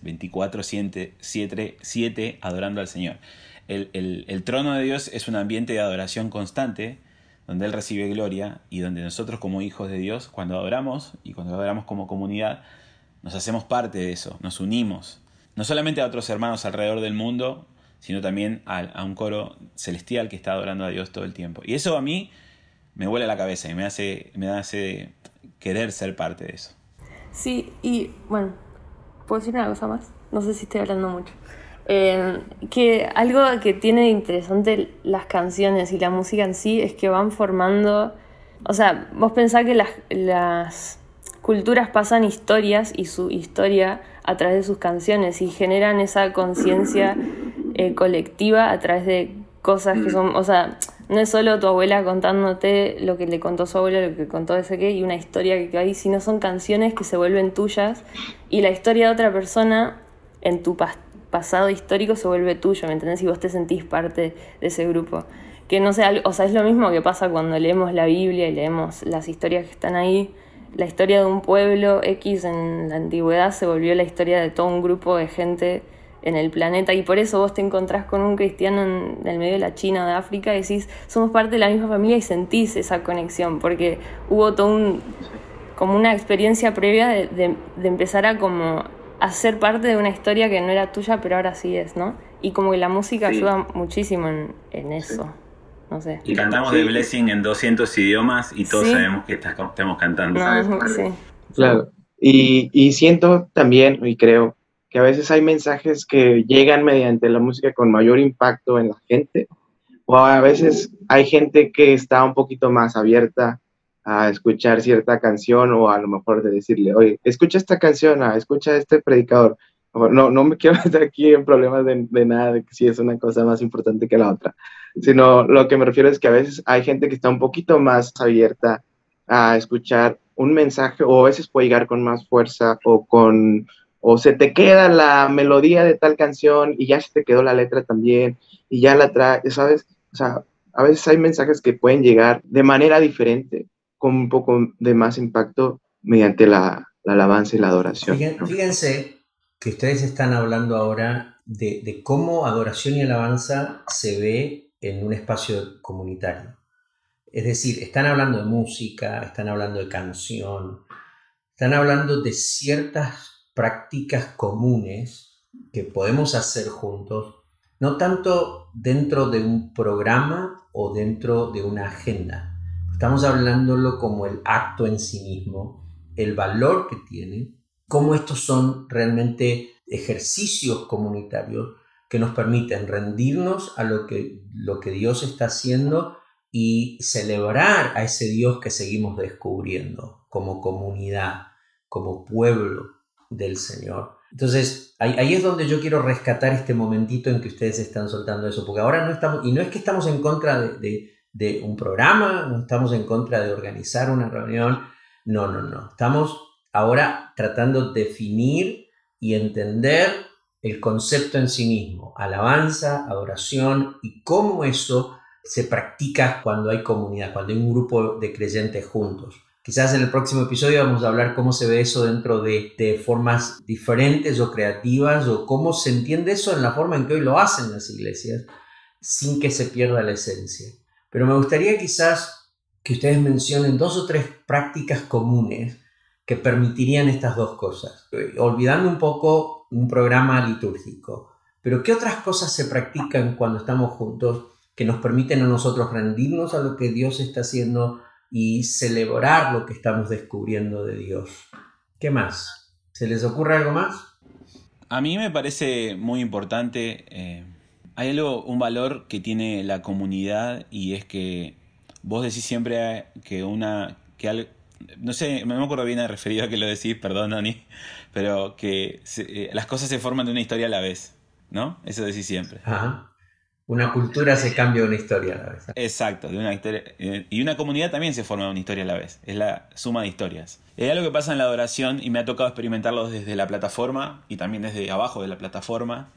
24/7 adorando al Señor. El trono de Dios es un ambiente de adoración constante, donde Él recibe gloria y donde nosotros como hijos de Dios, cuando adoramos y cuando adoramos como comunidad, nos hacemos parte de eso, nos unimos, no solamente a otros hermanos alrededor del mundo, sino también a un coro celestial que está adorando a Dios todo el tiempo. Y eso a mí me vuela la cabeza y me hace querer ser parte de eso.
Sí, y bueno, ¿puedo decir una cosa más? No sé si estoy hablando mucho. Que algo que tiene de interesante las canciones y la música en sí es que van formando... O sea, vos pensás que las culturas pasan historias y su historia a través de sus canciones y generan esa conciencia colectiva a través de cosas que son... O sea, no es solo tu abuela contándote lo que le contó su abuela, lo que contó ese qué, y una historia que quedó ahí, sino son canciones que se vuelven tuyas y la historia de otra persona en tu pasado histórico se vuelve tuyo, ¿me entendés? Y vos te sentís parte de ese grupo. Que no sé, o sea, es lo mismo que pasa cuando leemos la Biblia y leemos las historias que están ahí. La historia de un pueblo X en la antigüedad se volvió la historia de todo un grupo de gente en el planeta, y por eso vos te encontrás con un cristiano en el medio de la China o de África y decís, somos parte de la misma familia, y sentís esa conexión, porque hubo todo como una experiencia previa de empezar a como a ser parte de una historia que no era tuya, pero ahora sí es, ¿no? Y como que la música ayuda muchísimo en eso. Sí. No sé.
Y cantamos The Blessing en 200 idiomas y todos sabemos que estamos cantando.
No, sí.
Claro. Y siento también, y creo, que a veces hay mensajes que llegan mediante la música con mayor impacto en la gente, o a veces hay gente que está un poquito más abierta a escuchar cierta canción, o a lo mejor de decirle, oye, escucha esta canción, escucha a este predicador. No me quiero meter aquí en problemas de nada, de que si es una cosa más importante que la otra, sino lo que me refiero es que a veces hay gente que está un poquito más abierta a escuchar un mensaje, o a veces puede llegar con más fuerza, o se te queda la melodía de tal canción y ya se te quedó la letra también, y ya la traes, ¿sabes? O sea, a veces hay mensajes que pueden llegar de manera diferente, con un poco de más impacto mediante la alabanza y la adoración, ¿no?
Fíjense que ustedes están hablando ahora de cómo adoración y alabanza se ve en un espacio comunitario. Es decir, están hablando de música, están hablando de canción, están hablando de ciertas prácticas comunes que podemos hacer juntos, no tanto dentro de un programa o dentro de una agenda. Estamos hablándolo como el acto en sí mismo, el valor que tiene, cómo estos son realmente ejercicios comunitarios que nos permiten rendirnos a lo que Dios está haciendo y celebrar a ese Dios que seguimos descubriendo como comunidad, como pueblo del Señor. Entonces, ahí es donde yo quiero rescatar este momentito en que ustedes están soltando eso, porque ahora no estamos, y no es que estamos en contra de un programa, no estamos en contra de organizar una reunión, no. Estamos ahora tratando de definir y entender el concepto en sí mismo, alabanza, adoración, y cómo eso se practica cuando hay comunidad, cuando hay un grupo de creyentes juntos. Quizás en el próximo episodio vamos a hablar cómo se ve eso dentro de formas diferentes o creativas, o cómo se entiende eso en la forma en que hoy lo hacen las iglesias, sin que se pierda la esencia. Pero me gustaría quizás que ustedes mencionen 2 o 3 prácticas comunes que permitirían estas dos cosas, olvidando un poco un programa litúrgico. Pero ¿qué otras cosas se practican cuando estamos juntos que nos permiten a nosotros rendirnos a lo que Dios está haciendo y celebrar lo que estamos descubriendo de Dios? ¿Qué más? ¿Se les ocurre algo más?
A mí me parece muy importante, hay un valor que tiene la comunidad, y es que vos decís siempre no sé, no me acuerdo bien el referido a que lo decís, perdón, Dani, pero que las cosas se forman de una historia a la vez, ¿no? Eso decís siempre.
Ajá. Una cultura se cambia de una historia a la vez.
Exacto, de una historia, y una comunidad también se forma de una historia a la vez. Es la suma de historias. Es algo que pasa en la adoración, y me ha tocado experimentarlo desde la plataforma y también desde abajo de la plataforma.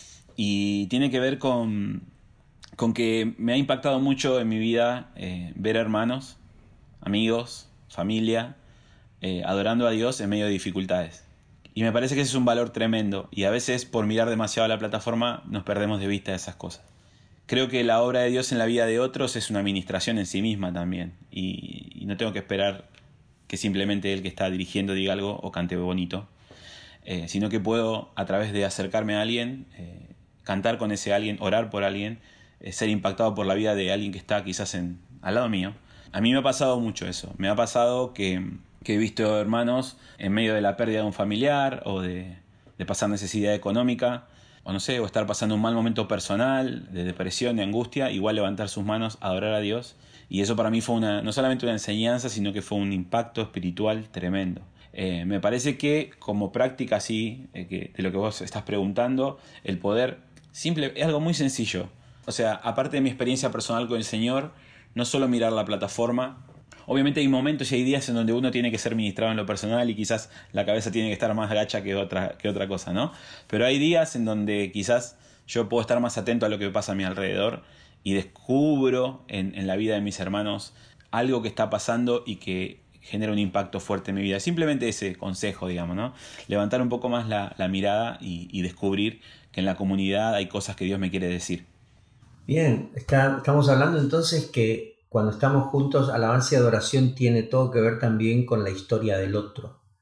Y tiene que ver con que me ha impactado mucho en mi vida ver hermanos, amigos, familia, adorando a Dios en medio de dificultades. Y me parece que ese es un valor tremendo. Y a veces, por mirar demasiado a la plataforma, nos perdemos de vista de esas cosas. Creo que la obra de Dios en la vida de otros es una administración en sí misma también. Y no tengo que esperar que simplemente el que está dirigiendo diga algo o cante bonito. Sino que puedo, a través de acercarme a alguien, cantar con ese alguien, orar por alguien, ser impactado por la vida de alguien que está quizás al lado mío. A mí me ha pasado mucho eso. Me ha pasado que he visto hermanos en medio de la pérdida de un familiar, o de pasar necesidad económica, o no sé, o estar pasando un mal momento personal, de depresión, de angustia, igual levantar sus manos, adorar a Dios. Y eso para mí fue no solamente una enseñanza, sino que fue un impacto espiritual tremendo. Me parece que como práctica así, de lo que vos estás preguntando, el poder es algo muy sencillo. O sea, aparte de mi experiencia personal con el Señor, no solo mirar la plataforma. Obviamente hay momentos y hay días en donde uno tiene que ser ministrado en lo personal, y quizás la cabeza tiene que estar más gacha que otra cosa, ¿no? Pero hay días en donde quizás yo puedo estar más atento a lo que pasa a mi alrededor, y descubro en la vida de mis hermanos algo que está pasando y que genera un impacto fuerte en mi vida. Simplemente ese consejo, digamos, ¿no? Levantar un poco más la mirada y descubrir que en la comunidad hay cosas que Dios me quiere decir.
Bien, estamos hablando entonces que cuando estamos juntos, alabanza y adoración tiene todo que ver también con la historia del otro.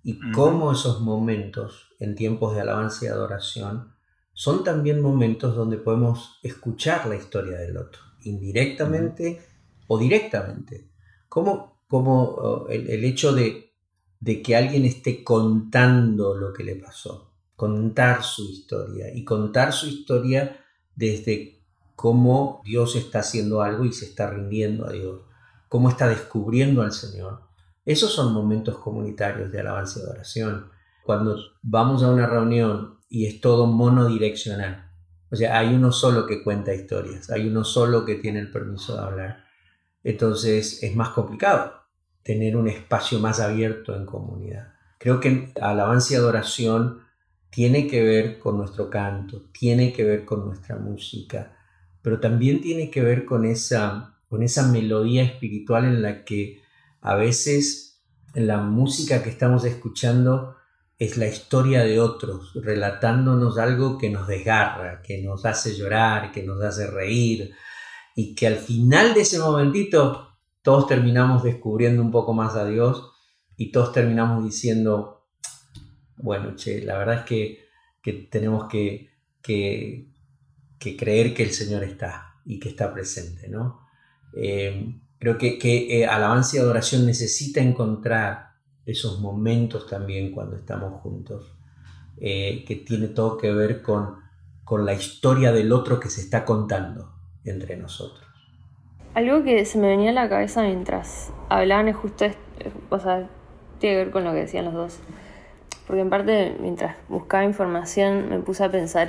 y cómo esos momentos en tiempos de alabanza y adoración son también momentos donde podemos escuchar la historia del otro, indirectamente o directamente. Como el hecho de que alguien esté contando lo que le pasó, contar su historia y contar su historia desde cómo Dios está haciendo algo y se está rindiendo a Dios, cómo está descubriendo al Señor. Esos son momentos comunitarios de alabanza y adoración. Cuando vamos a una reunión y es todo monodireccional, o sea, hay uno solo que cuenta historias, hay uno solo que tiene el permiso de hablar, entonces es más complicado tener un espacio más abierto en comunidad. Creo que alabanza y adoración tiene que ver con nuestro canto, tiene que ver con nuestra música, pero también tiene que ver con esa melodía espiritual en la que a veces la música que estamos escuchando es la historia de otros, relatándonos algo que nos desgarra, que nos hace llorar, que nos hace reír, y que al final de ese momentito todos terminamos descubriendo un poco más a Dios y todos terminamos diciendo, bueno, la verdad es que tenemos que creer que el Señor está y que está presente, ¿no? Creo que alabanza y adoración necesita encontrar esos momentos también cuando estamos juntos, que tiene todo que ver con la historia del otro que se está contando entre nosotros.
Algo que se me venía a la cabeza mientras hablaban es justo o sea, tiene que ver con lo que decían los dos. Porque en parte, mientras buscaba información, me puse a pensar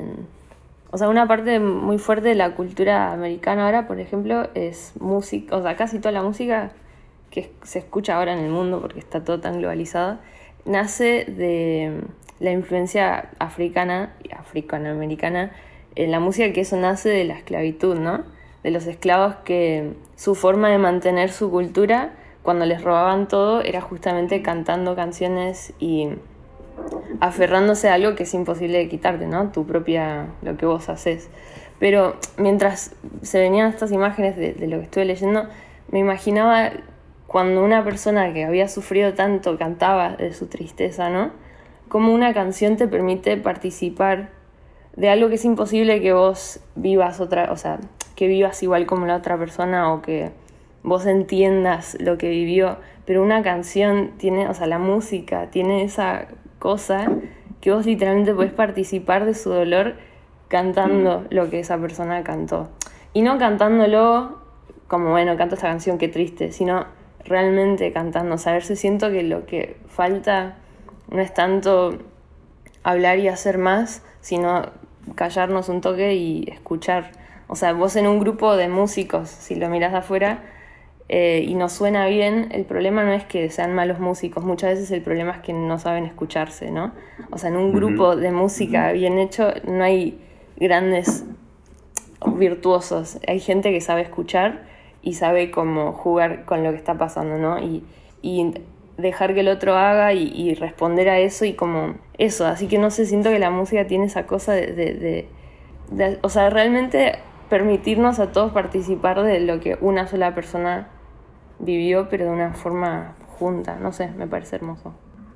o sea, una parte muy fuerte de la cultura americana ahora, por ejemplo, es música. O sea, casi toda la música que se escucha ahora en el mundo, porque está todo tan globalizado, nace de la influencia africana y africanoamericana en la música, que eso nace de la esclavitud, ¿no? De los esclavos, que su forma de mantener su cultura cuando les robaban todo era justamente cantando canciones y aferrándose a algo que es imposible de quitarte, ¿no? Lo que vos haces. Pero mientras se venían estas imágenes de lo que estuve leyendo, me imaginaba cuando una persona que había sufrido tanto cantaba de su tristeza, ¿no? Cómo una canción te permite participar de algo que es imposible que vos vivas o sea, que vivas igual como la otra persona o que vos entiendas lo que vivió, pero una canción tiene, o sea, la música tiene esa cosa que vos literalmente podés participar de su dolor cantando lo que esa persona cantó. Y no cantándolo como, bueno, canto esta canción, qué triste, sino realmente cantando. O sea, a veces siento que lo que falta no es tanto hablar y hacer más, sino callarnos un toque y escuchar. O sea, vos en un grupo de músicos, si lo mirás de afuera y no suena bien, el problema no es que sean malos músicos, muchas veces el problema es que no saben escucharse, ¿no? O sea, en un grupo de música bien hecho no hay grandes virtuosos, hay gente que sabe escuchar y sabe cómo jugar con lo que está pasando, ¿no? Y dejar que el otro haga y responder a eso y como eso. Así que no sé, siento que la música tiene esa cosa de o sea, realmente permitirnos a todos participar de lo que una sola persona vivió, pero de una forma junta. No sé, me parece hermoso.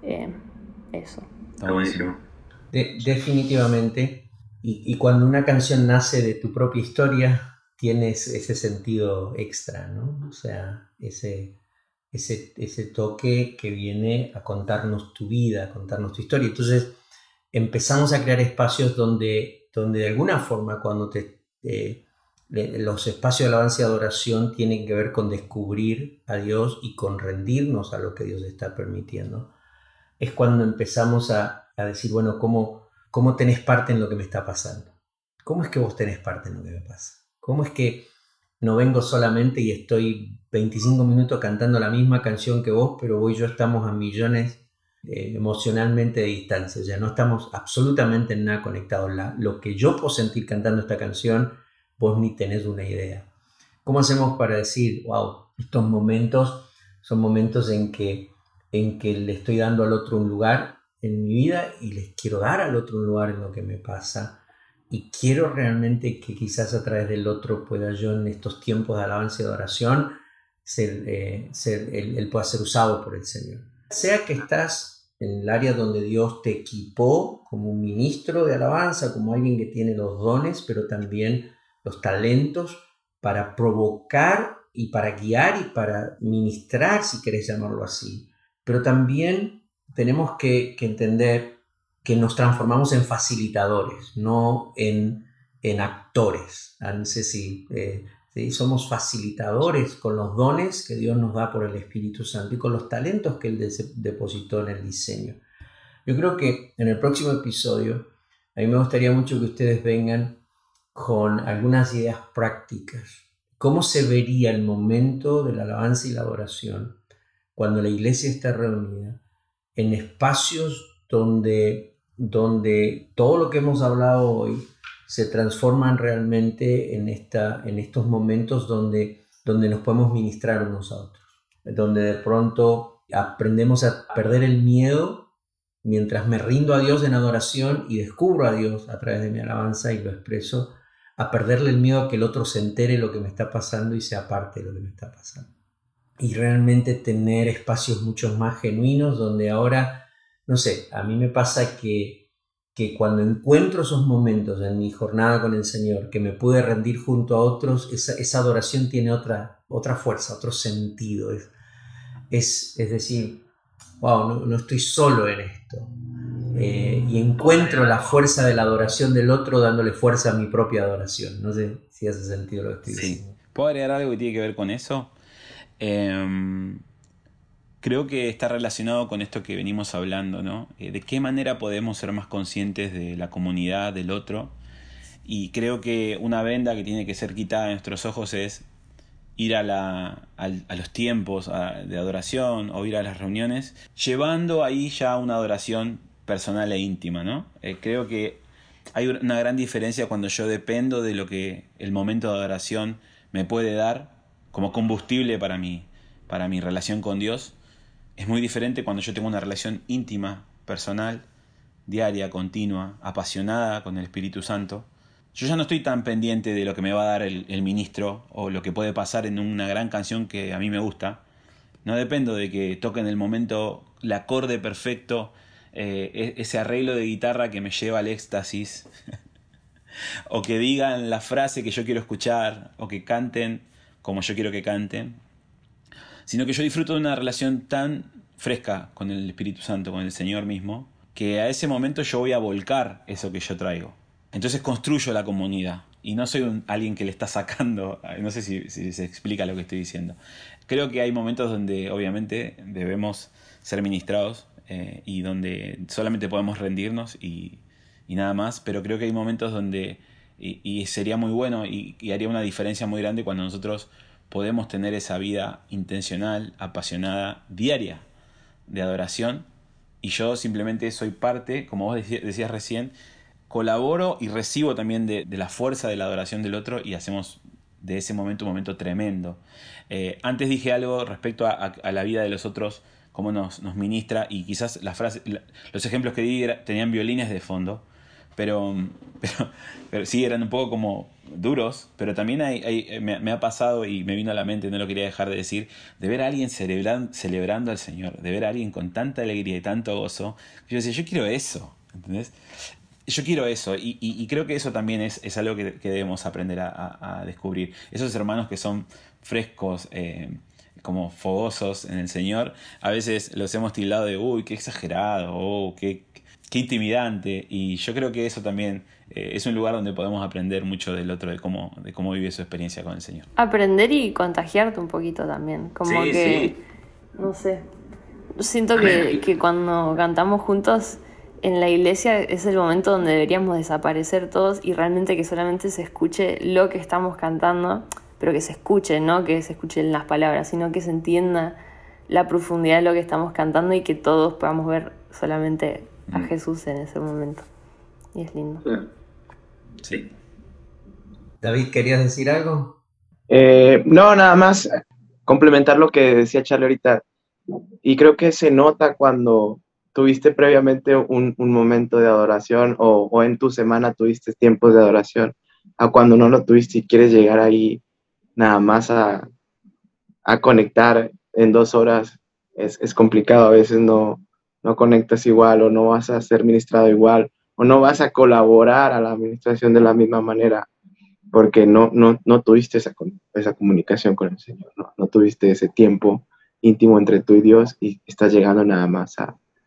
Eso.
Está buenísimo.
Definitivamente. Y cuando una canción nace de tu propia historia, tienes ese sentido extra, ¿no? O sea, ese toque que viene a contarnos tu vida, a contarnos tu historia. Entonces empezamos a crear espacios donde de alguna forma cuando los espacios de alabanza y adoración tienen que ver con descubrir a Dios y con rendirnos a lo que Dios está permitiendo. Es cuando empezamos a decir, bueno, ¿cómo tenés parte en lo que me está pasando? ¿Cómo es que vos tenés parte en lo que me pasa? ¿Cómo es que no vengo solamente y estoy 25 minutos cantando la misma canción que vos, pero vos y yo estamos a millones emocionalmente de distancia? O sea, no estamos absolutamente en nada conectados. Lo que yo puedo sentir cantando esta canción, vos ni tenés una idea. ¿Cómo hacemos para decir, wow, estos momentos son momentos en que le estoy dando al otro un lugar en mi vida y les quiero dar al otro un lugar en lo que me pasa? Y quiero realmente que quizás a través del otro pueda yo en estos tiempos de alabanza y adoración él pueda ser usado por el Señor. Sea que estás en el área donde Dios te equipó como un ministro de alabanza, como alguien que tiene los dones, pero también los talentos para provocar y para guiar y para ministrar, si querés llamarlo así. Pero también tenemos que entender que nos transformamos en facilitadores, no en actores. No sé si ¿sí? Somos facilitadores con los dones que Dios nos da por el Espíritu Santo y con los talentos que Él depositó en el diseño. Yo creo que en el próximo episodio a mí me gustaría mucho que ustedes vengan con algunas ideas prácticas. ¿Cómo se vería el momento de la alabanza y la adoración cuando la iglesia está reunida en espacios donde todo lo que hemos hablado hoy se transforman realmente en estos momentos donde nos podemos ministrar unos a otros, donde de pronto aprendemos a perder el miedo mientras me rindo a Dios en adoración y descubro a Dios a través de mi alabanza y lo expreso, a perderle el miedo a que el otro se entere de lo que me está pasando y sea parte de lo que me está pasando. Y realmente tener espacios mucho más genuinos donde ahora, no sé, a mí me pasa que cuando encuentro esos momentos en mi jornada con el Señor, que me pude rendir junto a otros, esa adoración tiene otra fuerza, otro sentido. Es decir, wow, no estoy solo en esto. Y encuentro la fuerza de la adoración del otro dándole fuerza a mi propia adoración. No sé si hace sentido lo que estoy diciendo.
¿Puedo agregar algo que tiene que ver con eso? Creo que está relacionado con esto que venimos hablando, ¿no? De qué manera podemos ser más conscientes de la comunidad, del otro. Y creo que una venda que tiene que ser quitada de nuestros ojos es ir a los tiempos de adoración o ir a las reuniones, llevando ahí ya una adoración personal e íntima, ¿no? Creo que hay una gran diferencia cuando yo dependo de lo que el momento de adoración me puede dar como combustible para mi relación con Dios. Es muy diferente cuando yo tengo una relación íntima, personal, diaria, continua, apasionada con el Espíritu Santo. Yo ya no estoy tan pendiente de lo que me va a dar el ministro o lo que puede pasar en una gran canción que a mí me gusta. No dependo de que toque en el momento el acorde perfecto, ese arreglo de guitarra que me lleva al éxtasis, o que digan la frase que yo quiero escuchar, o que canten como yo quiero que canten, sino que yo disfruto de una relación tan fresca con el Espíritu Santo, con el Señor mismo, que a ese momento yo voy a volcar eso que yo traigo. Entonces construyo la comunidad y no soy alguien que le está sacando. No sé si se explica lo que estoy diciendo. Creo que hay momentos donde obviamente debemos ser ministrados y donde solamente podemos rendirnos y nada más, pero creo que hay momentos donde y sería muy bueno y haría una diferencia muy grande cuando nosotros podemos tener esa vida intencional, apasionada, diaria de adoración, y yo simplemente soy parte, como vos decías recién, colaboro y recibo también de la fuerza de la adoración del otro y hacemos de ese momento un momento tremendo. Antes dije algo respecto a la vida de los otros, cómo nos ministra, y quizás los ejemplos que di tenían violines de fondo, pero sí eran un poco como duros, pero también me ha pasado y me vino a la mente, no lo quería dejar de decir, de ver a alguien celebrando al Señor, de ver a alguien con tanta alegría y tanto gozo. Yo decía, yo quiero eso, ¿entendés? Yo quiero eso, y creo que eso también es algo que debemos aprender a descubrir. Esos hermanos que son frescos, como fogosos en el Señor, a veces los hemos tildado de, uy, qué exagerado, qué intimidante, y yo creo que eso también es un lugar donde podemos aprender mucho del otro, de cómo vive su experiencia con el Señor.
Aprender y contagiarte un poquito también, como
sí,
que,
sí.
No sé, siento que cuando cantamos juntos en la iglesia es el momento donde deberíamos desaparecer todos y realmente que solamente se escuche lo que estamos cantando, pero que se escuche, no que se escuchen las palabras, sino que se entienda la profundidad de lo que estamos cantando y que todos podamos ver solamente a Jesús en ese momento. Y es lindo.
Sí.
David, ¿querías decir algo?
No, nada más complementar lo que decía Charlie ahorita. Y creo que se nota cuando tuviste previamente un momento de adoración o en tu semana tuviste tiempos de adoración, a cuando no lo tuviste y quieres llegar ahí nada más a conectar en 2 horas. Es complicado, a veces no no conectas igual o no vas a ser ministrado igual o no vas a colaborar a la administración de la misma manera porque no tuviste esa comunicación con el Señor, no tuviste ese tiempo íntimo entre tú y Dios y estás llegando nada más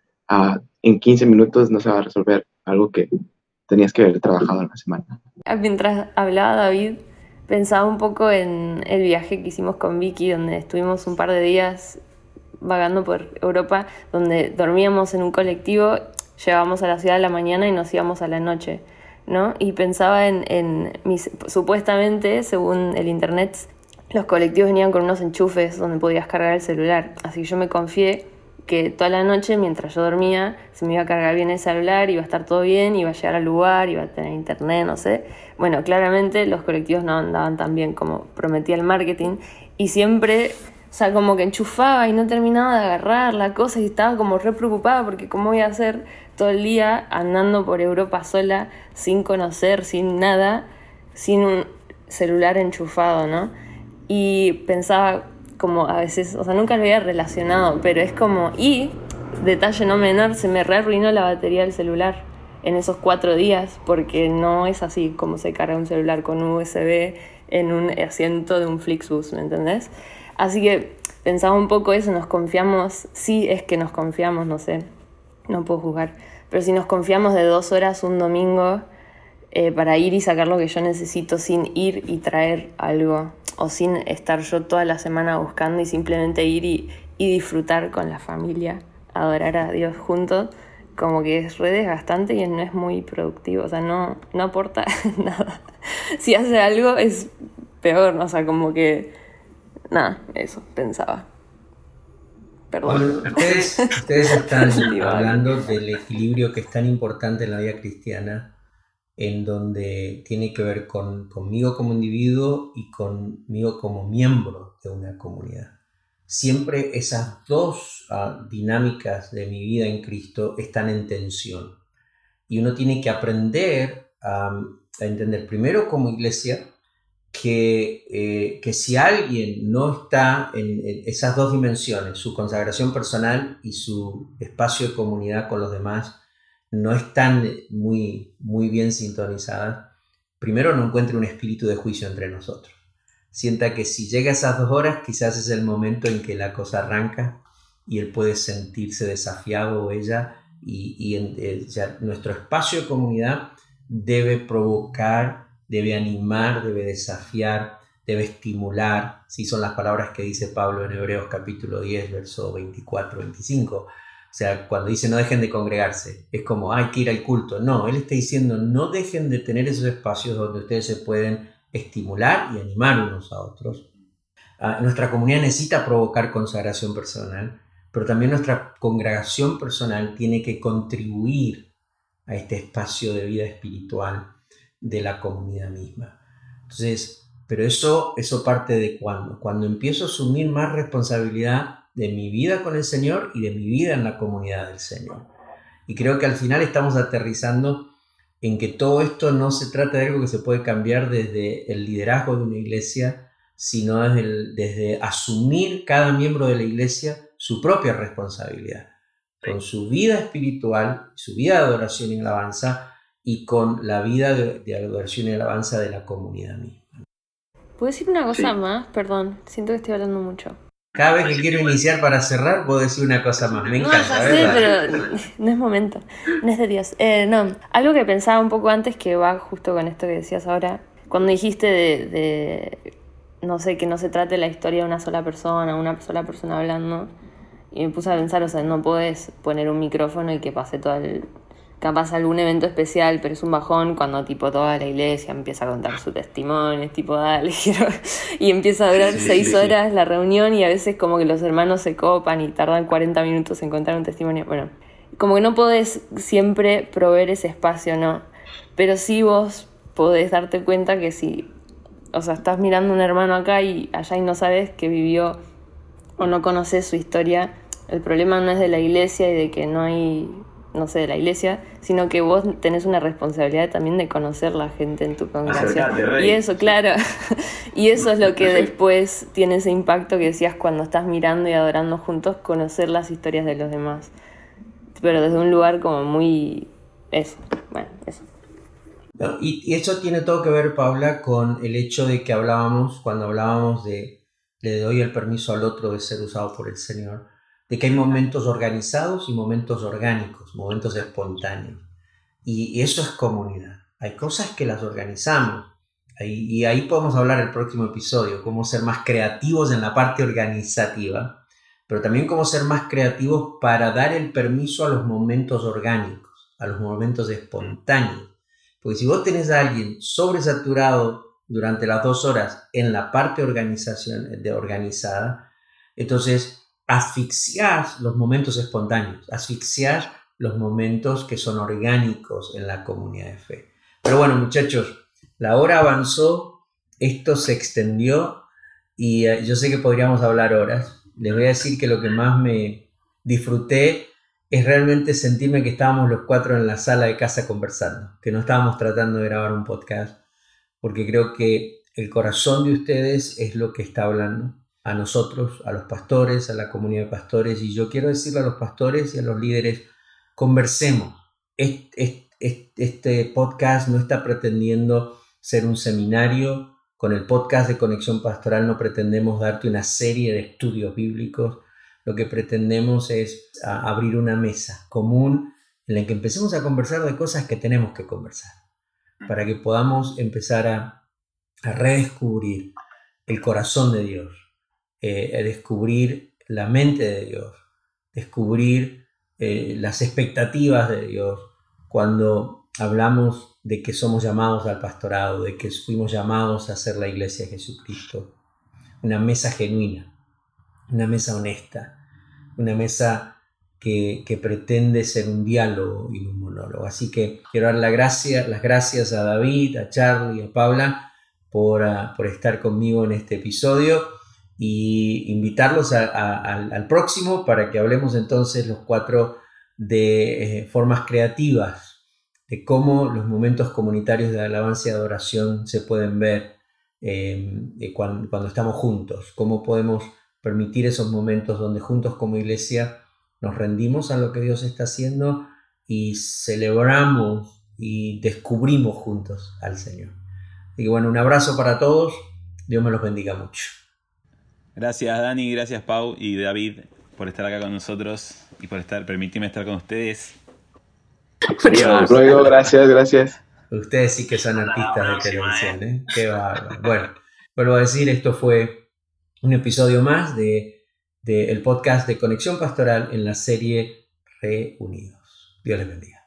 en 15 minutos no se va a resolver algo que tenías que haber trabajado en la semana.
Mientras hablaba David, pensaba un poco en el viaje que hicimos con Vicky, donde estuvimos un par de días vagando por Europa, donde dormíamos en un colectivo, llegábamos a la ciudad a la mañana y nos íbamos a la noche, ¿no? Y pensaba supuestamente, según el internet, los colectivos venían con unos enchufes donde podías cargar el celular. Así que yo me confié que toda la noche, mientras yo dormía, se me iba a cargar bien el celular, iba a estar todo bien, iba a llegar al lugar, iba a tener internet, no sé. Bueno, claramente los colectivos no andaban tan bien como prometía el marketing. Y siempre, o sea, como que enchufaba y no terminaba de agarrar la cosa y estaba como re preocupada porque cómo voy a hacer todo el día andando por Europa sola, sin conocer, sin nada, sin un celular enchufado, ¿no? Y pensaba como a veces, o sea, nunca lo había relacionado, pero es como, y detalle no menor, se me arruinó la batería del celular en esos 4 días, porque no es así como se carga un celular con USB en un asiento de un Flixbus, ¿me entendés? Así que pensaba un poco eso, nos confiamos, sí es que nos confiamos, no sé, no puedo juzgar, pero si nos confiamos de 2 horas un domingo para ir y sacar lo que yo necesito sin ir y traer algo, o sin estar yo toda la semana buscando y simplemente ir y disfrutar con la familia, adorar a Dios juntos, como que es re desgastante y no es muy productivo, o sea, no aporta nada. Si hace algo es peor, o sea, como que, nada, eso pensaba. Perdón.
Bueno, ustedes están hablando del equilibrio que es tan importante en la vida cristiana, en donde tiene que ver conmigo como individuo y conmigo como miembro de una comunidad. Siempre esas dos dinámicas de mi vida en Cristo están en tensión. Y uno tiene que aprender a entender primero como iglesia que si alguien no está en esas dos dimensiones, su consagración personal y su espacio de comunidad con los demás, no están muy bien sintonizadas, primero no encuentre un espíritu de juicio entre nosotros. Sienta que si llega a esas 2 horas, quizás es el momento en que la cosa arranca y él puede sentirse desafiado o ella, ya nuestro espacio de comunidad debe provocar, debe animar, debe desafiar, debe estimular, si son las palabras que dice Pablo en Hebreos capítulo 10, verso 24-25. O sea, cuando dice no dejen de congregarse, es como hay que ir al culto. No, él está diciendo no dejen de tener esos espacios donde ustedes se pueden estimular y animar unos a otros. Nuestra comunidad necesita provocar consagración personal, pero también nuestra congregación personal tiene que contribuir a este espacio de vida espiritual de la comunidad misma. Entonces, pero eso parte de cuando empiezo a asumir más responsabilidad de mi vida con el Señor y de mi vida en la comunidad del Señor. Y creo que al final estamos aterrizando en que todo esto no se trata de algo que se puede cambiar desde el liderazgo de una iglesia, sino desde asumir cada miembro de la iglesia su propia responsabilidad, con su vida espiritual, su vida de adoración y alabanza, y con la vida de adoración y alabanza de la comunidad misma.
¿Puedo decir una cosa más? Perdón, siento que estoy hablando mucho.
Cada vez que quiero iniciar para cerrar, puedo decir una cosa más. Me encanta,
no, ya sé, pero no es momento. No es de Dios. No, algo que pensaba un poco antes que va justo con esto que decías ahora. Cuando dijiste de no sé, que no se trate la historia de una sola persona hablando. Y me puse a pensar, o sea, no podés poner un micrófono y que pase todo capaz algún evento especial, pero es un bajón cuando tipo toda la iglesia empieza a contar su testimonio, es tipo dale, y empieza a durar 6 horas la reunión y a veces como que los hermanos se copan y tardan 40 minutos en contar un testimonio. Bueno, como que no podés siempre proveer ese espacio, ¿no? Pero sí vos podés darte cuenta que si, o sea, estás mirando a un hermano acá y allá y no sabes que vivió o no conoces su historia, el problema no es de la iglesia y de que no hay, no sé, de la iglesia, sino que vos tenés una responsabilidad también de conocer la gente en tu congregación. Y eso, claro, y eso es lo que después tiene ese impacto que decías cuando estás mirando y adorando juntos, conocer las historias de los demás. pero desde un lugar como muy... Eso.
¿No? Y eso tiene todo que ver, Paula, con el hecho de que cuando hablábamos de le doy el permiso al otro de ser usado por el Señor, de que hay momentos organizados y momentos orgánicos, momentos espontáneos. Y eso es comunidad. Hay cosas que las organizamos. Y ahí podemos hablar el próximo episodio, cómo ser más creativos en la parte organizativa, pero también cómo ser más creativos para dar el permiso a los momentos orgánicos, a los momentos espontáneos. Porque si vos tenés a alguien sobresaturado durante las 2 horas en la parte organizada, entonces asfixiás los momentos espontáneos, asfixiás los momentos que son orgánicos en la comunidad de fe. Pero bueno, muchachos, la hora avanzó, esto se extendió y yo sé que podríamos hablar horas. Les voy a decir que lo que más me disfruté es realmente sentirme que estábamos los 4 en la sala de casa conversando, que no estábamos tratando de grabar un podcast, porque creo que el corazón de ustedes es lo que está hablando a nosotros, a los pastores, a la comunidad de pastores, y yo quiero decirle a los pastores y a los líderes, conversemos. Este podcast no está pretendiendo ser un seminario. Con el podcast de Conexión Pastoral no pretendemos darte una serie de estudios bíblicos. Lo que pretendemos es abrir una mesa común en la que empecemos a conversar de cosas que tenemos que conversar, para que podamos empezar a redescubrir el corazón de Dios, descubrir la mente de Dios, descubrir las expectativas de Dios cuando hablamos de que somos llamados al pastorado, de que fuimos llamados a ser la iglesia de Jesucristo. Una mesa genuina, una mesa honesta, una mesa que pretende ser un diálogo y un monólogo. Así que quiero dar las gracias a David, a Charlie, a Paula por estar conmigo en este episodio y invitarlos al próximo para que hablemos entonces los 4 de formas creativas de cómo los momentos comunitarios de alabanza y adoración se pueden ver cuando estamos juntos, cómo podemos permitir esos momentos donde juntos como iglesia nos rendimos a lo que Dios está haciendo y celebramos y descubrimos juntos al Señor. Así que bueno, un abrazo para todos, Dios me los bendiga mucho.
Gracias Dani, gracias Pau y David por estar acá con nosotros y por permitirme estar con ustedes.
Luego, gracias.
Ustedes sí que son artistas de televisión, ¿eh? Qué bárbaro. Bueno, vuelvo a decir, esto fue un episodio más del podcast de Conexión Pastoral en la serie Reunidos. Dios les bendiga.